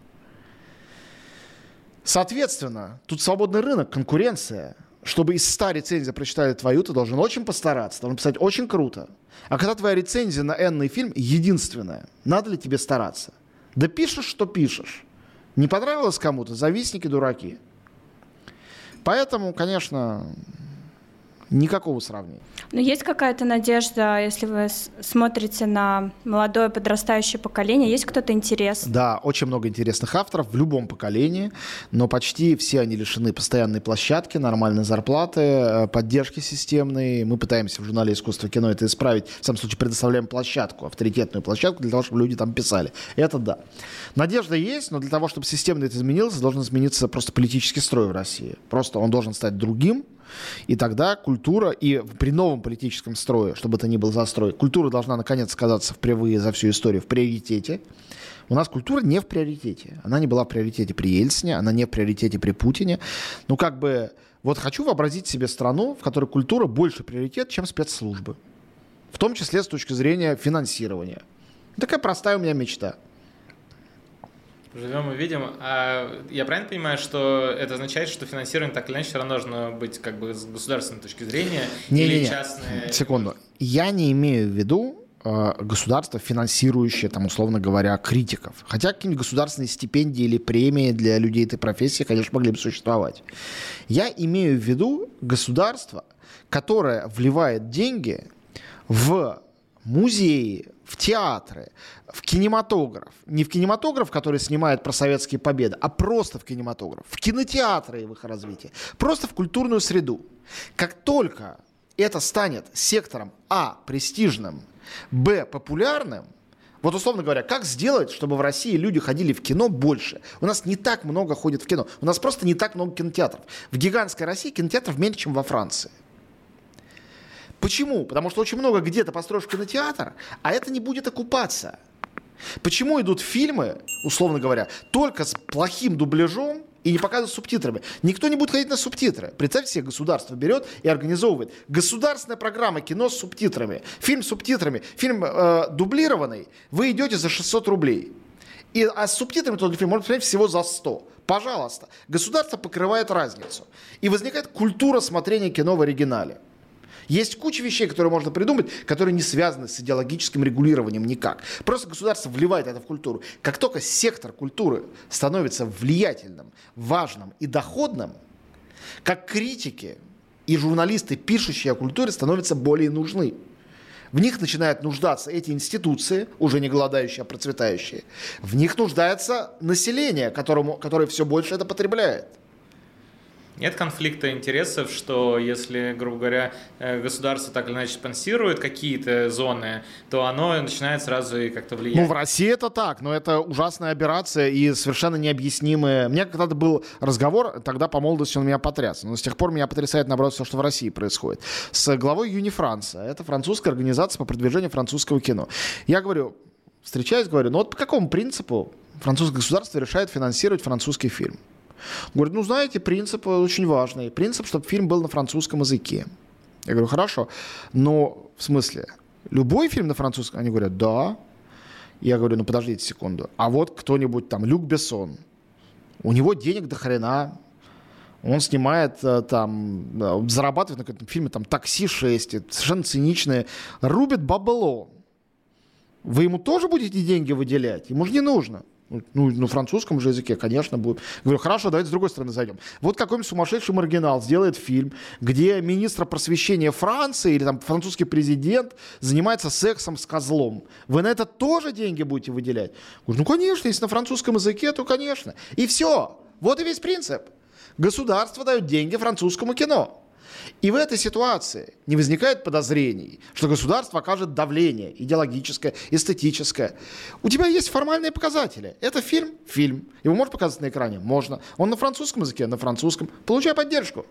Соответственно, тут свободный рынок, конкуренция. Чтобы из ста рецензий прочитали твою, ты должен очень постараться, должен писать очень круто. А когда твоя рецензия на энный фильм единственная, надо ли тебе стараться? Да пишешь, что пишешь. Не понравилось кому-то? Завистники, дураки. Поэтому, конечно, никакого сравнения. Но есть какая-то надежда, если вы смотрите на молодое подрастающее поколение, есть кто-то интересный? Да, очень много интересных авторов в любом поколении, но почти все они лишены постоянной площадки, нормальной зарплаты, поддержки системной. Мы пытаемся в журнале «Искусство кино» это исправить. В самом случае предоставляем площадку, авторитетную площадку для того, чтобы люди там писали. Это да. Надежда есть, но для того, чтобы системно это изменилось, должен измениться просто политический строй в России. Просто он должен стать другим. И тогда культура, и при новом политическом строе, чтобы это ни был застрой, культура должна наконец оказаться впервые за всю историю в приоритете. У нас культура не в приоритете. Она не была в приоритете при Ельцине, она не в приоритете при Путине. Ну, как бы, вот хочу вообразить себе страну, в которой культура больше приоритет, чем спецслужбы. В том числе с точки зрения финансирования. Такая простая у меня мечта. Живем и видим. А я правильно понимаю, что это означает, что финансирование так или иначе все равно должно быть как бы с государственной точки зрения не, или не, не. частные? Секунду. Я не имею в виду э, государство, финансирующее, там, условно говоря, критиков. Хотя какие-нибудь государственные стипендии или премии для людей этой профессии, конечно, могли бы существовать. Я имею в виду государство, которое вливает деньги в музеи, в театры, в кинематограф. Не в кинематограф, который снимает про советские победы, а просто в кинематограф. В кинотеатры и в их развитие. Просто в культурную среду. Как только это станет сектором а. престижным, б. популярным, вот условно говоря, как сделать, чтобы в России люди ходили в кино больше? У нас не так много ходят в кино. У нас просто не так много кинотеатров. В гигантской России кинотеатров меньше, чем во Франции. Почему? Потому что очень много где-то построишь кинотеатр, а это не будет окупаться. Почему идут фильмы, условно говоря, только с плохим дубляжом и не показывают с субтитрами? Никто не будет ходить на субтитры. Представьте себе, государство берет и организовывает. Государственная программа кино с субтитрами. Фильм с субтитрами. Фильм э, дублированный. Вы идете за шестьсот рублей. И, а с субтитрами тот фильм можно посмотреть всего за сто. Пожалуйста. Государство покрывает разницу. И возникает культура смотрения кино в оригинале. Есть куча вещей, которые можно придумать, которые не связаны с идеологическим регулированием никак. Просто государство вливает это в культуру. Как только сектор культуры становится влиятельным, важным и доходным, как критики и журналисты, пишущие о культуре, становятся более нужны. В них начинают нуждаться эти институции, уже не голодающие, а процветающие. В них нуждается население, которому, которое все больше это потребляет. Нет конфликта интересов, что если, грубо говоря, государство так или иначе спонсирует какие-то зоны, то оно начинает сразу и как-то влиять. Ну, в России это так, но это ужасная операция и совершенно необъяснимая. У меня когда-то был разговор, тогда по молодости он меня потряс, но с тех пор меня потрясает, наоборот, все, что в России происходит. С главой Юнифранса. Это французская организация по продвижению французского кино. Я говорю, встречаюсь, говорю, ну вот по какому принципу французское государство решает финансировать французский фильм? Говорит, ну, знаете, принцип очень важный. Принцип, чтобы фильм был на французском языке. Я говорю, хорошо, но в смысле, любой фильм на французском? Они говорят, да. Я говорю, ну, подождите секунду. А вот кто-нибудь там, Люк Бессон, у него денег до хрена. Он снимает там, зарабатывает на каком-то фильме там «Такси шесть», совершенно циничное, рубит бабло. Вы ему тоже будете деньги выделять? Ему же не нужно. Ну, на французском же языке, конечно, будет. Говорю, хорошо, давайте с другой стороны зайдем. Вот какой-нибудь сумасшедший маргинал сделает фильм, где министр просвещения Франции или там французский президент занимается сексом с козлом. Вы на это тоже деньги будете выделять? Говорю, ну, конечно, если на французском языке, то конечно. И все. Вот и весь принцип. Государство дает деньги французскому кино. И в этой ситуации не возникает подозрений, что государство окажет давление идеологическое, эстетическое. У тебя есть формальные показатели. Это фильм? Фильм. Его можно показать на экране? Можно. Он на французском языке? На французском. Получай поддержку.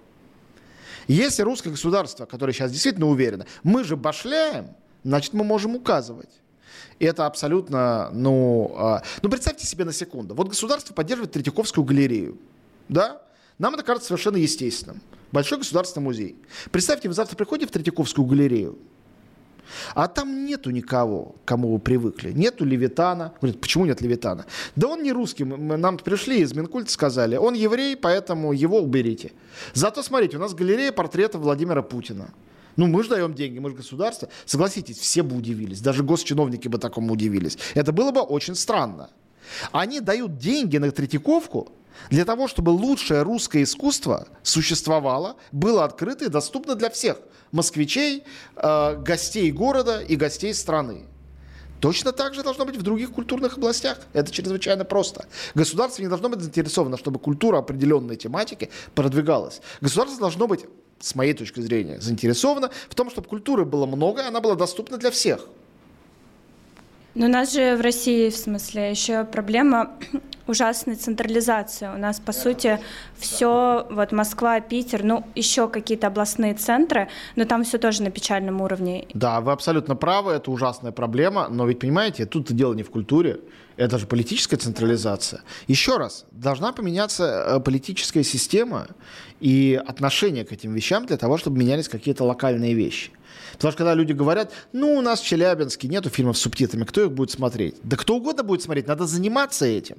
Если русское государство, которое сейчас действительно уверено, мы же башляем, значит, мы можем указывать. И это абсолютно, ну... Э, ну, представьте себе на секунду. Вот государство поддерживает Третьяковскую галерею. Да? Нам это кажется совершенно естественным. Большой государственный музей. Представьте, вы завтра приходите в Третьяковскую галерею, а там нету никого, к кому вы привыкли. Нету Левитана. Говорит, почему нет Левитана? Да он не русский. Мы, нам пришли из Минкульта, сказали, он еврей, поэтому его уберите. Зато, смотрите, у нас галерея портрета Владимира Путина. Ну, мы же даем деньги, мы же государство. Согласитесь, все бы удивились. Даже госчиновники бы такому удивились. Это было бы очень странно. Они дают деньги на Третьяковку для того, чтобы лучшее русское искусство существовало, было открыто и доступно для всех москвичей, э, гостей города и гостей страны. Точно так же должно быть в других культурных областях. Это чрезвычайно просто. Государство не должно быть заинтересовано, чтобы культура определенной тематики продвигалась. Государство должно быть, с моей точки зрения, заинтересовано в том, чтобы культуры было много, и она была доступна для всех. Но у нас же в России, в смысле, еще проблема ужасной централизации. У нас, по сути, все, вот Москва, Питер, ну, еще какие-то областные центры, но там все тоже на печальном уровне. Да, вы абсолютно правы, это ужасная проблема, но ведь, понимаете, тут дело не в культуре, это же политическая централизация. Еще раз, должна поменяться политическая система и отношение к этим вещам для того, чтобы менялись какие-то локальные вещи. Потому что когда люди говорят, ну, у нас в Челябинске нету фильмов с субтитрами, кто их будет смотреть? Да кто угодно будет смотреть, надо заниматься этим.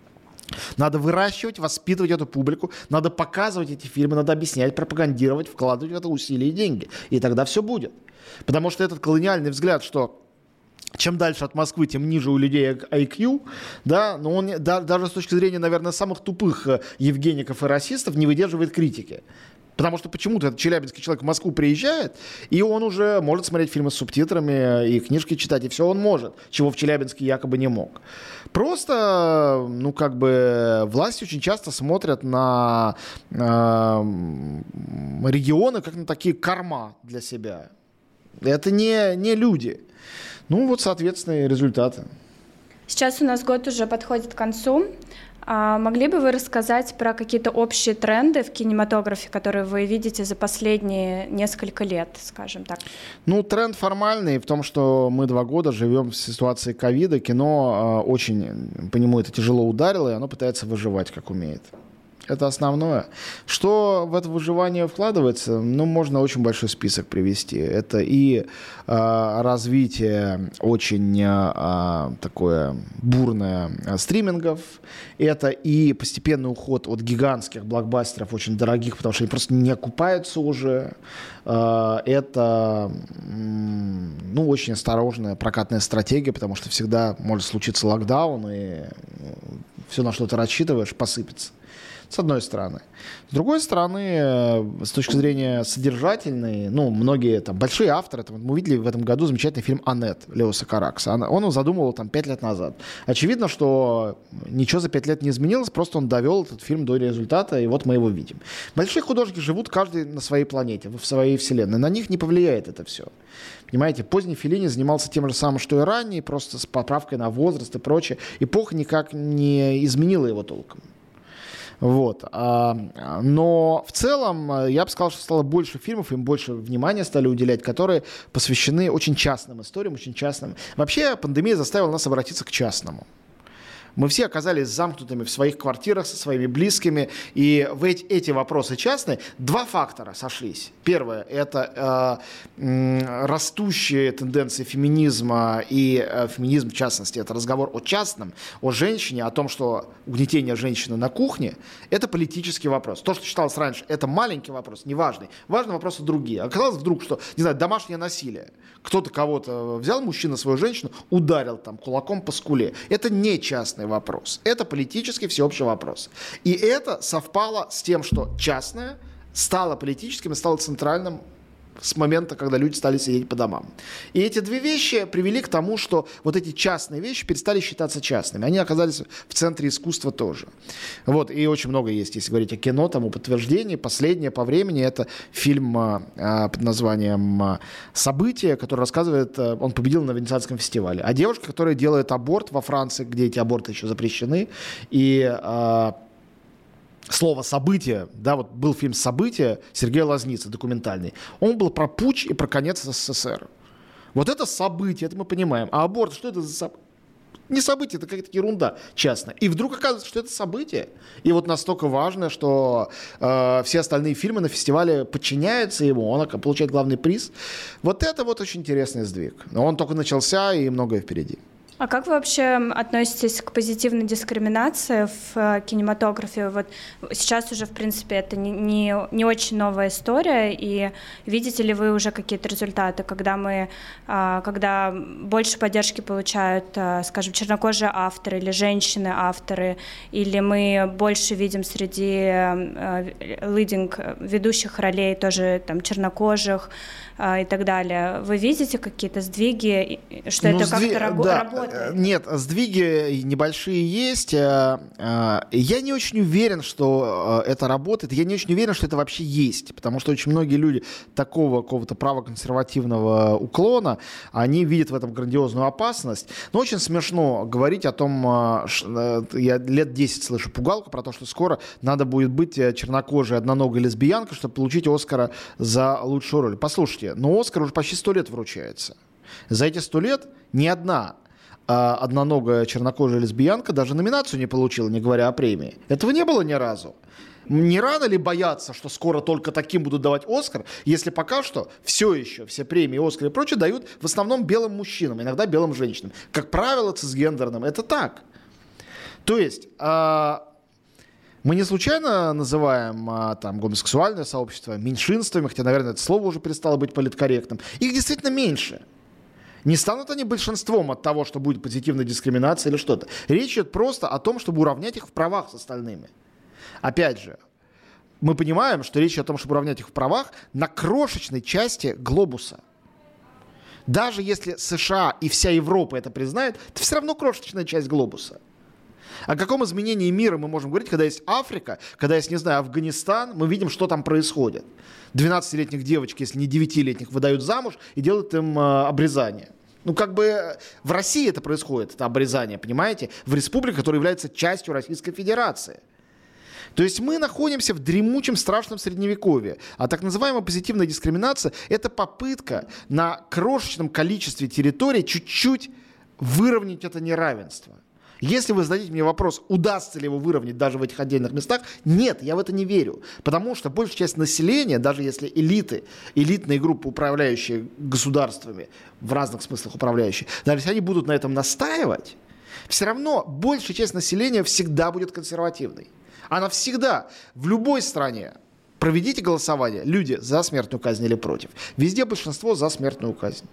Надо выращивать, воспитывать эту публику, надо показывать эти фильмы, надо объяснять, пропагандировать, вкладывать в это усилия и деньги. И тогда все будет. Потому что этот колониальный взгляд, что чем дальше от Москвы, тем ниже у людей ай кью, да, но он да, даже с точки зрения, наверное, самых тупых евгеников и расистов не выдерживает критики. Потому что почему-то этот челябинский человек в Москву приезжает, и он уже может смотреть фильмы с субтитрами, и книжки читать, и все он может, чего в Челябинске якобы не мог. Просто, ну, как бы, власти очень часто смотрят на э, регионы как на такие корма для себя. Это не, не люди. Ну, вот, соответственно, и результаты. Сейчас у нас год уже подходит к концу. А могли бы вы рассказать про какие-то общие тренды в кинематографе, которые вы видите за последние несколько лет, скажем так? Ну, тренд формальный в том, что мы два года живем в ситуации ковида. Кино э, очень, по нему это тяжело ударило, и оно пытается выживать, как умеет. Это основное. Что в это выживание вкладывается? Ну, можно очень большой список привести. Это и э, развитие очень э, такое бурное э, стримингов, это и постепенный уход от гигантских блокбастеров, очень дорогих, потому что они просто не окупаются уже. Э, это э, ну, очень осторожная прокатная стратегия, потому что всегда может случиться локдаун, и все, на что ты рассчитываешь, посыпется. С одной стороны. С другой стороны, с точки зрения содержательной, ну, многие там большие авторы, там, мы увидели в этом году замечательный фильм «Аннет» Леоса Каракса. Он его задумывал там пять лет назад. Очевидно, что ничего за пять лет не изменилось, просто он довел этот фильм до результата, и вот мы его видим. Большие художники живут каждый на своей планете, в своей вселенной. На них не повлияет это все. Понимаете, поздний Феллини занимался тем же самым, что и ранний, просто с поправкой на возраст и прочее. Эпоха никак не изменила его толком. Вот. Но в целом я бы сказал, что стало больше фильмов, им больше внимания стали уделять, которые посвящены очень частным историям, очень частным. Вообще пандемия заставила нас обратиться к частному. Мы все оказались замкнутыми в своих квартирах со своими близкими, и в эти, эти вопросы частные. Два фактора сошлись. Первое – это э, растущие тенденции феминизма, и э, феминизм, в частности, это разговор о частном, о женщине, о том, что угнетение женщины на кухне – это политический вопрос. То, что считалось раньше, это маленький вопрос, неважный. Важные вопросы другие. Оказалось вдруг, что, не знаю, домашнее насилие. Кто-то кого-то взял, мужчина свою женщину, ударил там кулаком по скуле. Это не частный вопрос. Это политический всеобщий вопрос. И это совпало с тем, что частное стало политическим и стало центральным с момента, когда люди стали сидеть по домам. И эти две вещи привели к тому, что вот эти частные вещи перестали считаться частными. Они оказались в центре искусства тоже. Вот. И очень много есть, если говорить о кино, тому подтверждений. Последнее по времени – это фильм а, под названием «События», который рассказывает, он победил на Венецианском фестивале, о девушке, которая делает аборт во Франции, где эти аборты еще запрещены. И а, слово «событие», да, вот был фильм «Событие» Сергея Лазницы, документальный. Он был про путч и про конец СССР. Вот это событие, это мы понимаем. А аборт, что это за событие? Не событие, это какая-то ерунда частная. И вдруг оказывается, что это событие. И вот настолько важно, что э, все остальные фильмы на фестивале подчиняются ему, он получает главный приз. Вот это вот очень интересный сдвиг. Но он только начался, и многое впереди. А как вы вообще относитесь к позитивной дискриминации в кинематографе? Вот сейчас уже, в принципе, это не, не, не очень новая история, и видите ли вы уже какие-то результаты, когда мы, когда больше поддержки получают, скажем, чернокожие авторы или женщины-авторы, или мы больше видим среди лидинг ведущих ролей тоже там чернокожих и так далее. Вы видите какие-то сдвиги, что ну, это сдвиг... как-то раб- да. работает? Нет, сдвиги небольшие есть. Я не очень уверен, что это работает. Я не очень уверен, что это вообще есть. Потому что очень многие люди такого какого-то правоконсервативного уклона, они видят в этом грандиозную опасность. Но очень смешно говорить о том, я лет десять слышу пугалку про то, что скоро надо будет быть чернокожей одноногой лесбиянкой, чтобы получить Оскара за лучшую роль. Послушайте, но Оскар уже почти сто лет вручается. За эти сто лет ни одна а одноногая чернокожая лесбиянка даже номинацию не получила, не говоря о премии. Этого не было ни разу. Не рано ли бояться, что скоро только таким будут давать Оскар, если пока что все еще, все премии, Оскар и прочее дают в основном белым мужчинам, иногда белым женщинам. Как правило, цисгендерным. Это так. То есть а, мы не случайно называем а, там, гомосексуальное сообщество меньшинствами, хотя, наверное, это слово уже перестало быть политкорректным. Их действительно меньше. Не станут они большинством от того, что будет позитивная дискриминация или что-то. Речь идет просто о том, чтобы уравнять их в правах с остальными. Опять же, мы понимаем, что речь идет о том, чтобы уравнять их в правах на крошечной части глобуса. Даже если США и вся Европа это признают, это все равно крошечная часть глобуса. О каком изменении мира мы можем говорить, когда есть Африка, когда есть, не знаю, Афганистан, мы видим, что там происходит. двенадцатилетних девочек, если не девятилетних, выдают замуж и делают им э, обрезание. Ну, как бы в России это происходит, это обрезание, понимаете? В республике, которая является частью Российской Федерации. То есть мы находимся в дремучем страшном средневековье. А так называемая позитивная дискриминация – это попытка на крошечном количестве территорий чуть-чуть выровнять это неравенство. Если вы зададите мне вопрос, удастся ли его выровнять даже в этих отдельных местах, нет, я в это не верю. Потому что большая часть населения, даже если элиты, элитные группы, управляющие государствами, в разных смыслах управляющие, даже если они будут на этом настаивать, все равно большая часть населения всегда будет консервативной. Она всегда, в любой стране, проведите голосование, люди за смертную казнь или против. Везде большинство за смертную казнь.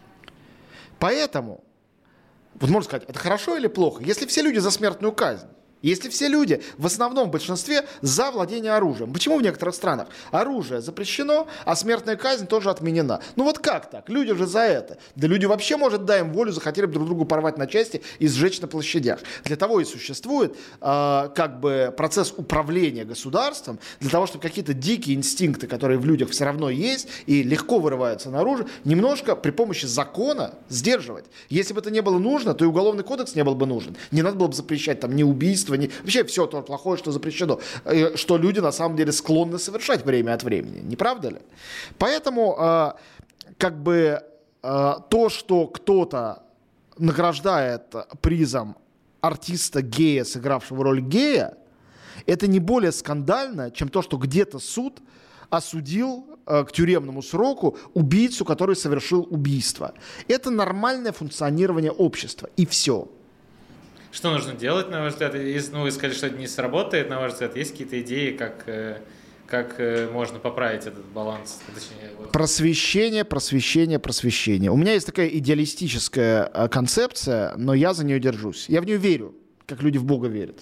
Поэтому... Вот можно сказать, это хорошо или плохо? Если все люди за смертную казнь, Если все люди в основном в большинстве за владение оружием. Почему в некоторых странах оружие запрещено, а смертная казнь тоже отменена? Ну вот как так? Люди же за это. Да люди вообще, может, дай им волю, захотели бы друг другу порвать на части и сжечь на площадях. Для того и существует э, как бы процесс управления государством, для того, чтобы какие-то дикие инстинкты, которые в людях все равно есть и легко вырываются наружу, немножко при помощи закона сдерживать. Если бы это не было нужно, то и уголовный кодекс не был бы нужен. Не надо было бы запрещать там ни убийство, ни... вообще все то плохое, что запрещено, что люди на самом деле склонны совершать время от времени. Не правда ли? Поэтому э, как бы э, то, что кто-то награждает призом артиста гея, сыгравшего роль гея, это не более скандально, чем то, что где-то суд осудил э, к тюремному сроку убийцу, который совершил убийство. Это нормальное функционирование общества. И все. Что нужно делать, на ваш взгляд? Если, ну, вы сказали, что это не сработает, на ваш взгляд, есть какие-то идеи, как, как можно поправить этот баланс? Точнее, вот. Просвещение, просвещение, просвещение. У меня есть такая идеалистическая концепция, но я за нее держусь. Я в нее верю, как люди в Бога верят.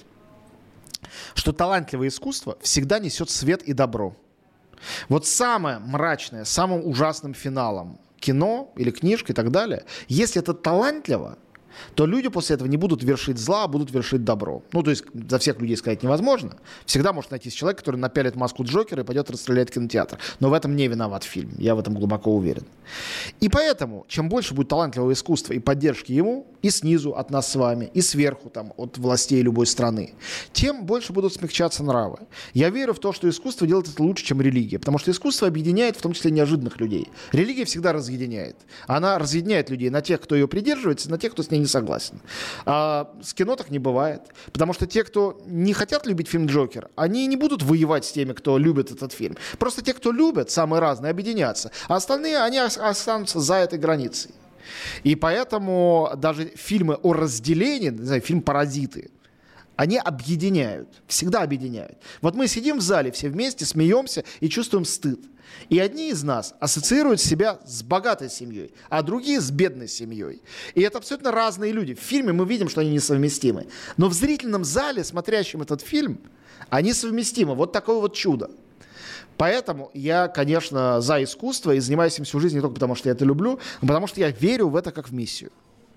Что талантливое искусство всегда несет свет и добро. Вот самое мрачное, самым ужасным финалом кино или книжка и так далее, если это талантливо, то люди после этого не будут вершить зла, а будут вершить добро. Ну, то есть за всех людей сказать невозможно. Всегда может найтись человек, который напялит маску Джокера и пойдет расстрелять кинотеатр. Но в этом не виноват фильм. Я в этом глубоко уверен. И поэтому, чем больше будет талантливого искусства и поддержки ему, и снизу от нас с вами, и сверху там, от властей любой страны, тем больше будут смягчаться нравы. Я верю в то, что искусство делает это лучше, чем религия. Потому что искусство объединяет в том числе неожиданных людей. Религия всегда разъединяет. Она разъединяет людей на тех, кто ее придерживается, и на тех, кто с ней не согласен. А с кино так не бывает. Потому что те, кто не хотят любить фильм «Джокер», они не будут воевать с теми, кто любит этот фильм. Просто те, кто любят, самые разные, объединятся. А остальные, они останутся за этой границей. И поэтому даже фильмы о разделении, не знаю, фильм «Паразиты», они объединяют, всегда объединяют. Вот мы сидим в зале все вместе, смеемся и чувствуем стыд. И одни из нас ассоциируют себя с богатой семьей, а другие с бедной семьей. И это абсолютно разные люди. В фильме мы видим, что они несовместимы. Но в зрительном зале, смотрящем этот фильм, они совместимы. Вот такое вот чудо. Поэтому я, конечно, за искусство и занимаюсь им всю жизнь не только потому, что я это люблю, но потому что я верю в это как в миссию.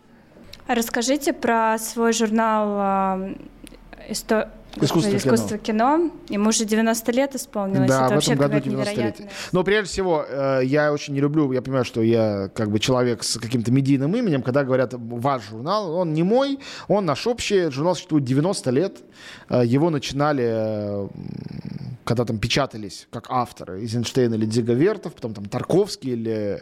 Расскажите про свой журнал «История». Искусство, Искусство кино. кино. Ему уже девяносто лет исполнилось. Да, это в вообще этом году девяносто лет. Но прежде всего, я очень не люблю, я понимаю, что я как бы человек с каким-то медийным именем, когда говорят «ваш журнал», он не мой, он наш общий. Журнал существует девяносто лет. Его начинали, когда там печатались как авторы Эйзенштейн или Дзига Вертов, потом там Тарковский или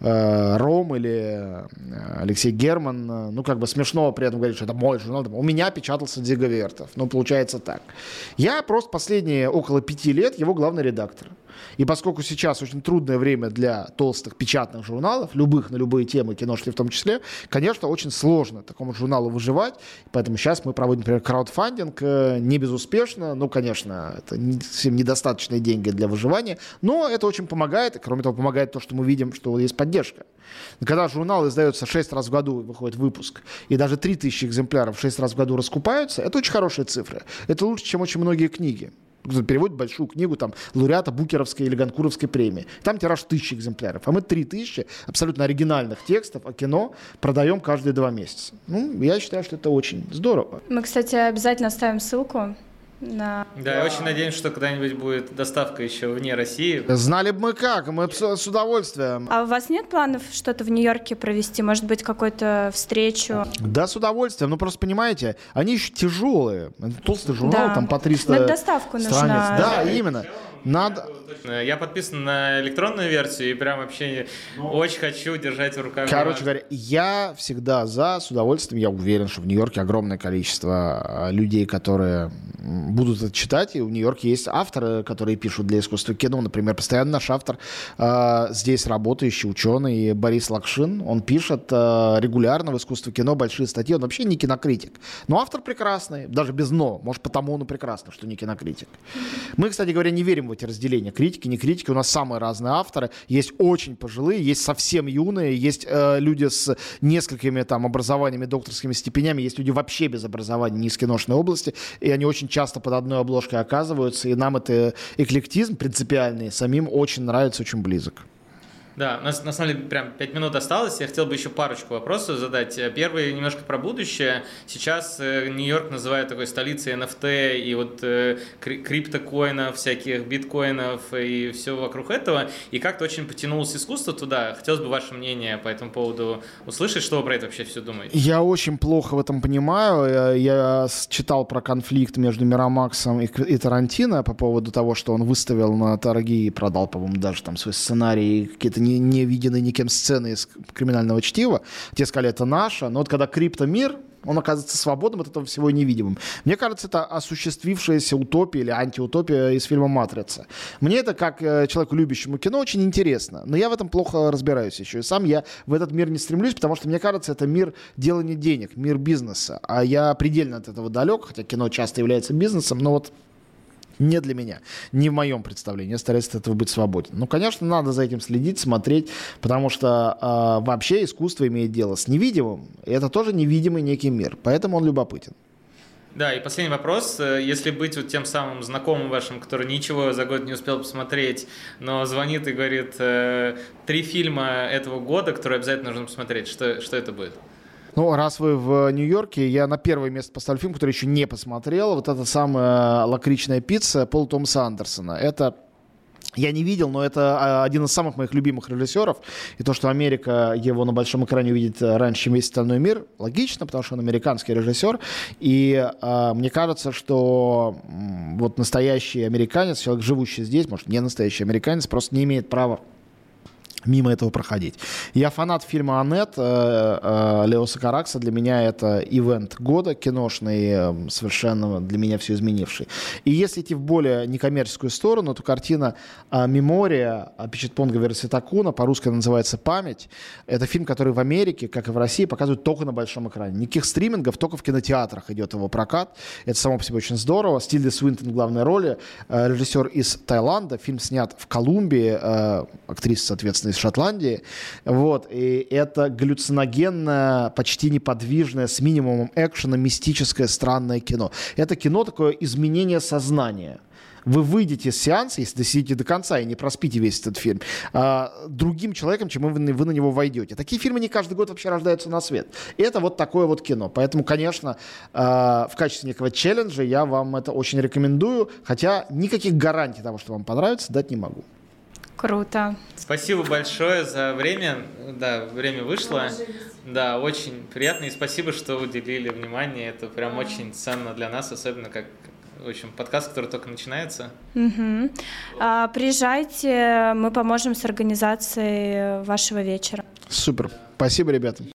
э, Ром или Алексей Герман. Ну, как бы смешно при этом говорить, что это мой журнал. У меня печатался Дзига Вертов. Ну, получается так. Я просто последние около пяти лет его главный редактор. И поскольку сейчас очень трудное время для толстых печатных журналов, любых на любые темы, киношки в том числе, конечно, очень сложно такому журналу выживать. Поэтому сейчас мы проводим, например, краудфандинг не безуспешно. Ну, конечно, это совсем недостаточные деньги для выживания, но это очень помогает. И, кроме того, помогает то, что мы видим, что есть поддержка. Когда журнал издается шесть раз в году, выходит выпуск, и даже три тысячи экземпляров шесть раз в году раскупаются, это очень хорошие цифры. Это лучше, чем очень многие книги. Кто-то переводит большую книгу там, лауреата Букеровской или Ганкуровской премии. Там тираж тысячи экземпляров. А мы три тысячи абсолютно оригинальных текстов о кино продаем каждые два месяца. Ну, я считаю, что это очень здорово. Мы, кстати, обязательно оставим ссылку на... Да, я очень надеюсь, что когда-нибудь будет доставка еще вне России. Знали бы мы как, мы с удовольствием. А у вас нет планов что-то в Нью-Йорке провести? Может быть, какую-то встречу? Да, с удовольствием. Ну, просто понимаете, они еще тяжелые. Толстый журнал, да. Там по триста на доставку страниц. Нужна. Да, именно. Надо... Я подписан на электронную версию и прям вообще ну, очень хочу держать в руках. Короче говоря, я всегда за, с удовольствием. Я уверен, что в Нью-Йорке огромное количество людей, которые будут это читать. И в Нью-Йорке есть авторы, которые пишут для искусства кино. Например, постоянно наш автор, э, здесь работающий ученый Борис Лакшин. Он пишет э, регулярно в искусство кино большие статьи. Он вообще не кинокритик. Но автор прекрасный, даже без «но». Может, потому он и прекрасный, что не кинокритик. Мы, кстати говоря, не верим в в эти разделения. Критики, не критики. У нас самые разные авторы. Есть очень пожилые, есть совсем юные, есть э, люди с несколькими там образованиями, докторскими степенями, есть люди вообще без образования, не из киношной области, и они очень часто под одной обложкой оказываются, и нам это эклектизм принципиальный самим очень нравится, очень близок. Да, у нас на самом деле прям пять минут осталось. Я хотел бы еще парочку вопросов задать. Первый немножко про будущее. Сейчас Нью-Йорк называют такой столицей эн эф ти и вот криптокоинов, всяких биткоинов и все вокруг этого. И как-то очень потянулось искусство туда. Хотелось бы ваше мнение по этому поводу услышать, что вы про это вообще все думаете. Я очень плохо в этом понимаю. Я читал про конфликт между Мирамаксом и, и Тарантино по поводу того, что он выставил на торги и продал, по-моему, даже там свой сценарий, какие-то не, не виденные никем сцены из криминального чтива. Те сказали, это наше. Но вот когда криптомир, он оказывается свободным от этого всего и невидимым. Мне кажется, это осуществившаяся утопия или антиутопия из фильма «Матрица». Мне это, как человеку, любящему кино, очень интересно. Но я в этом плохо разбираюсь еще. И сам я в этот мир не стремлюсь, потому что, мне кажется, это мир делания денег, мир бизнеса. А я предельно от этого далек, хотя кино часто является бизнесом, но вот не для меня, не в моем представлении. Я стараюсь от этого быть свободен. Ну, конечно, надо за этим следить, смотреть, потому что э, вообще искусство имеет дело с невидимым. И это тоже невидимый некий мир, поэтому он любопытен. Да, и последний вопрос. Если быть вот тем самым знакомым вашим, который ничего за год не успел посмотреть, но звонит и говорит, э, три фильма этого года, которые обязательно нужно посмотреть, что, что это будет? Ну, раз вы в Нью-Йорке, я на первое место поставлю фильм, который еще не посмотрел. Вот эта самая «Лакричная пицца» Пола Томаса Андерсона. Это я не видел, но это один из самых моих любимых режиссеров. И то, что Америка его на большом экране увидит раньше, чем весь остальной мир, логично, потому что он американский режиссер. И э, мне кажется, что м, вот настоящий американец, человек, живущий здесь, может, не настоящий американец, просто не имеет права мимо этого проходить. Я фанат фильма «Аннет» э, э, Леоса Каракса. Для меня это ивент года киношный, э, совершенно для меня все изменивший. И если идти в более некоммерческую сторону, то картина э, «Мемория» Пичетпонга Вераситакуна, по-русски она называется «Память». Это фильм, который в Америке, как и в России, показывают только на большом экране. Никаких стримингов, только в кинотеатрах идет его прокат. Это само по себе очень здорово. Тильда Суинтон в главной роли, э, режиссер из Таиланда. Фильм снят в Колумбии, э, актриса, соответственно, из Шотландии. Вот. И это галлюциногенное, почти неподвижное, с минимумом экшена, мистическое, странное кино. Это кино такое изменение сознания. Вы выйдете с сеанса, если досидите до конца и не проспите весь этот фильм, другим человеком, чем вы, вы на него войдете. Такие фильмы не каждый год вообще рождаются на свет. И это вот такое вот кино. Поэтому, конечно, в качестве некого челленджа я вам это очень рекомендую, хотя никаких гарантий того, что вам понравится, дать не могу. Круто. Спасибо большое за время. Да, время вышло. Да, очень приятно. И спасибо, что уделили внимание. Это прям очень ценно для нас, особенно как, в общем, подкаст, который только начинается. Угу. А, приезжайте, мы поможем с организацией вашего вечера. Супер. Спасибо, ребята.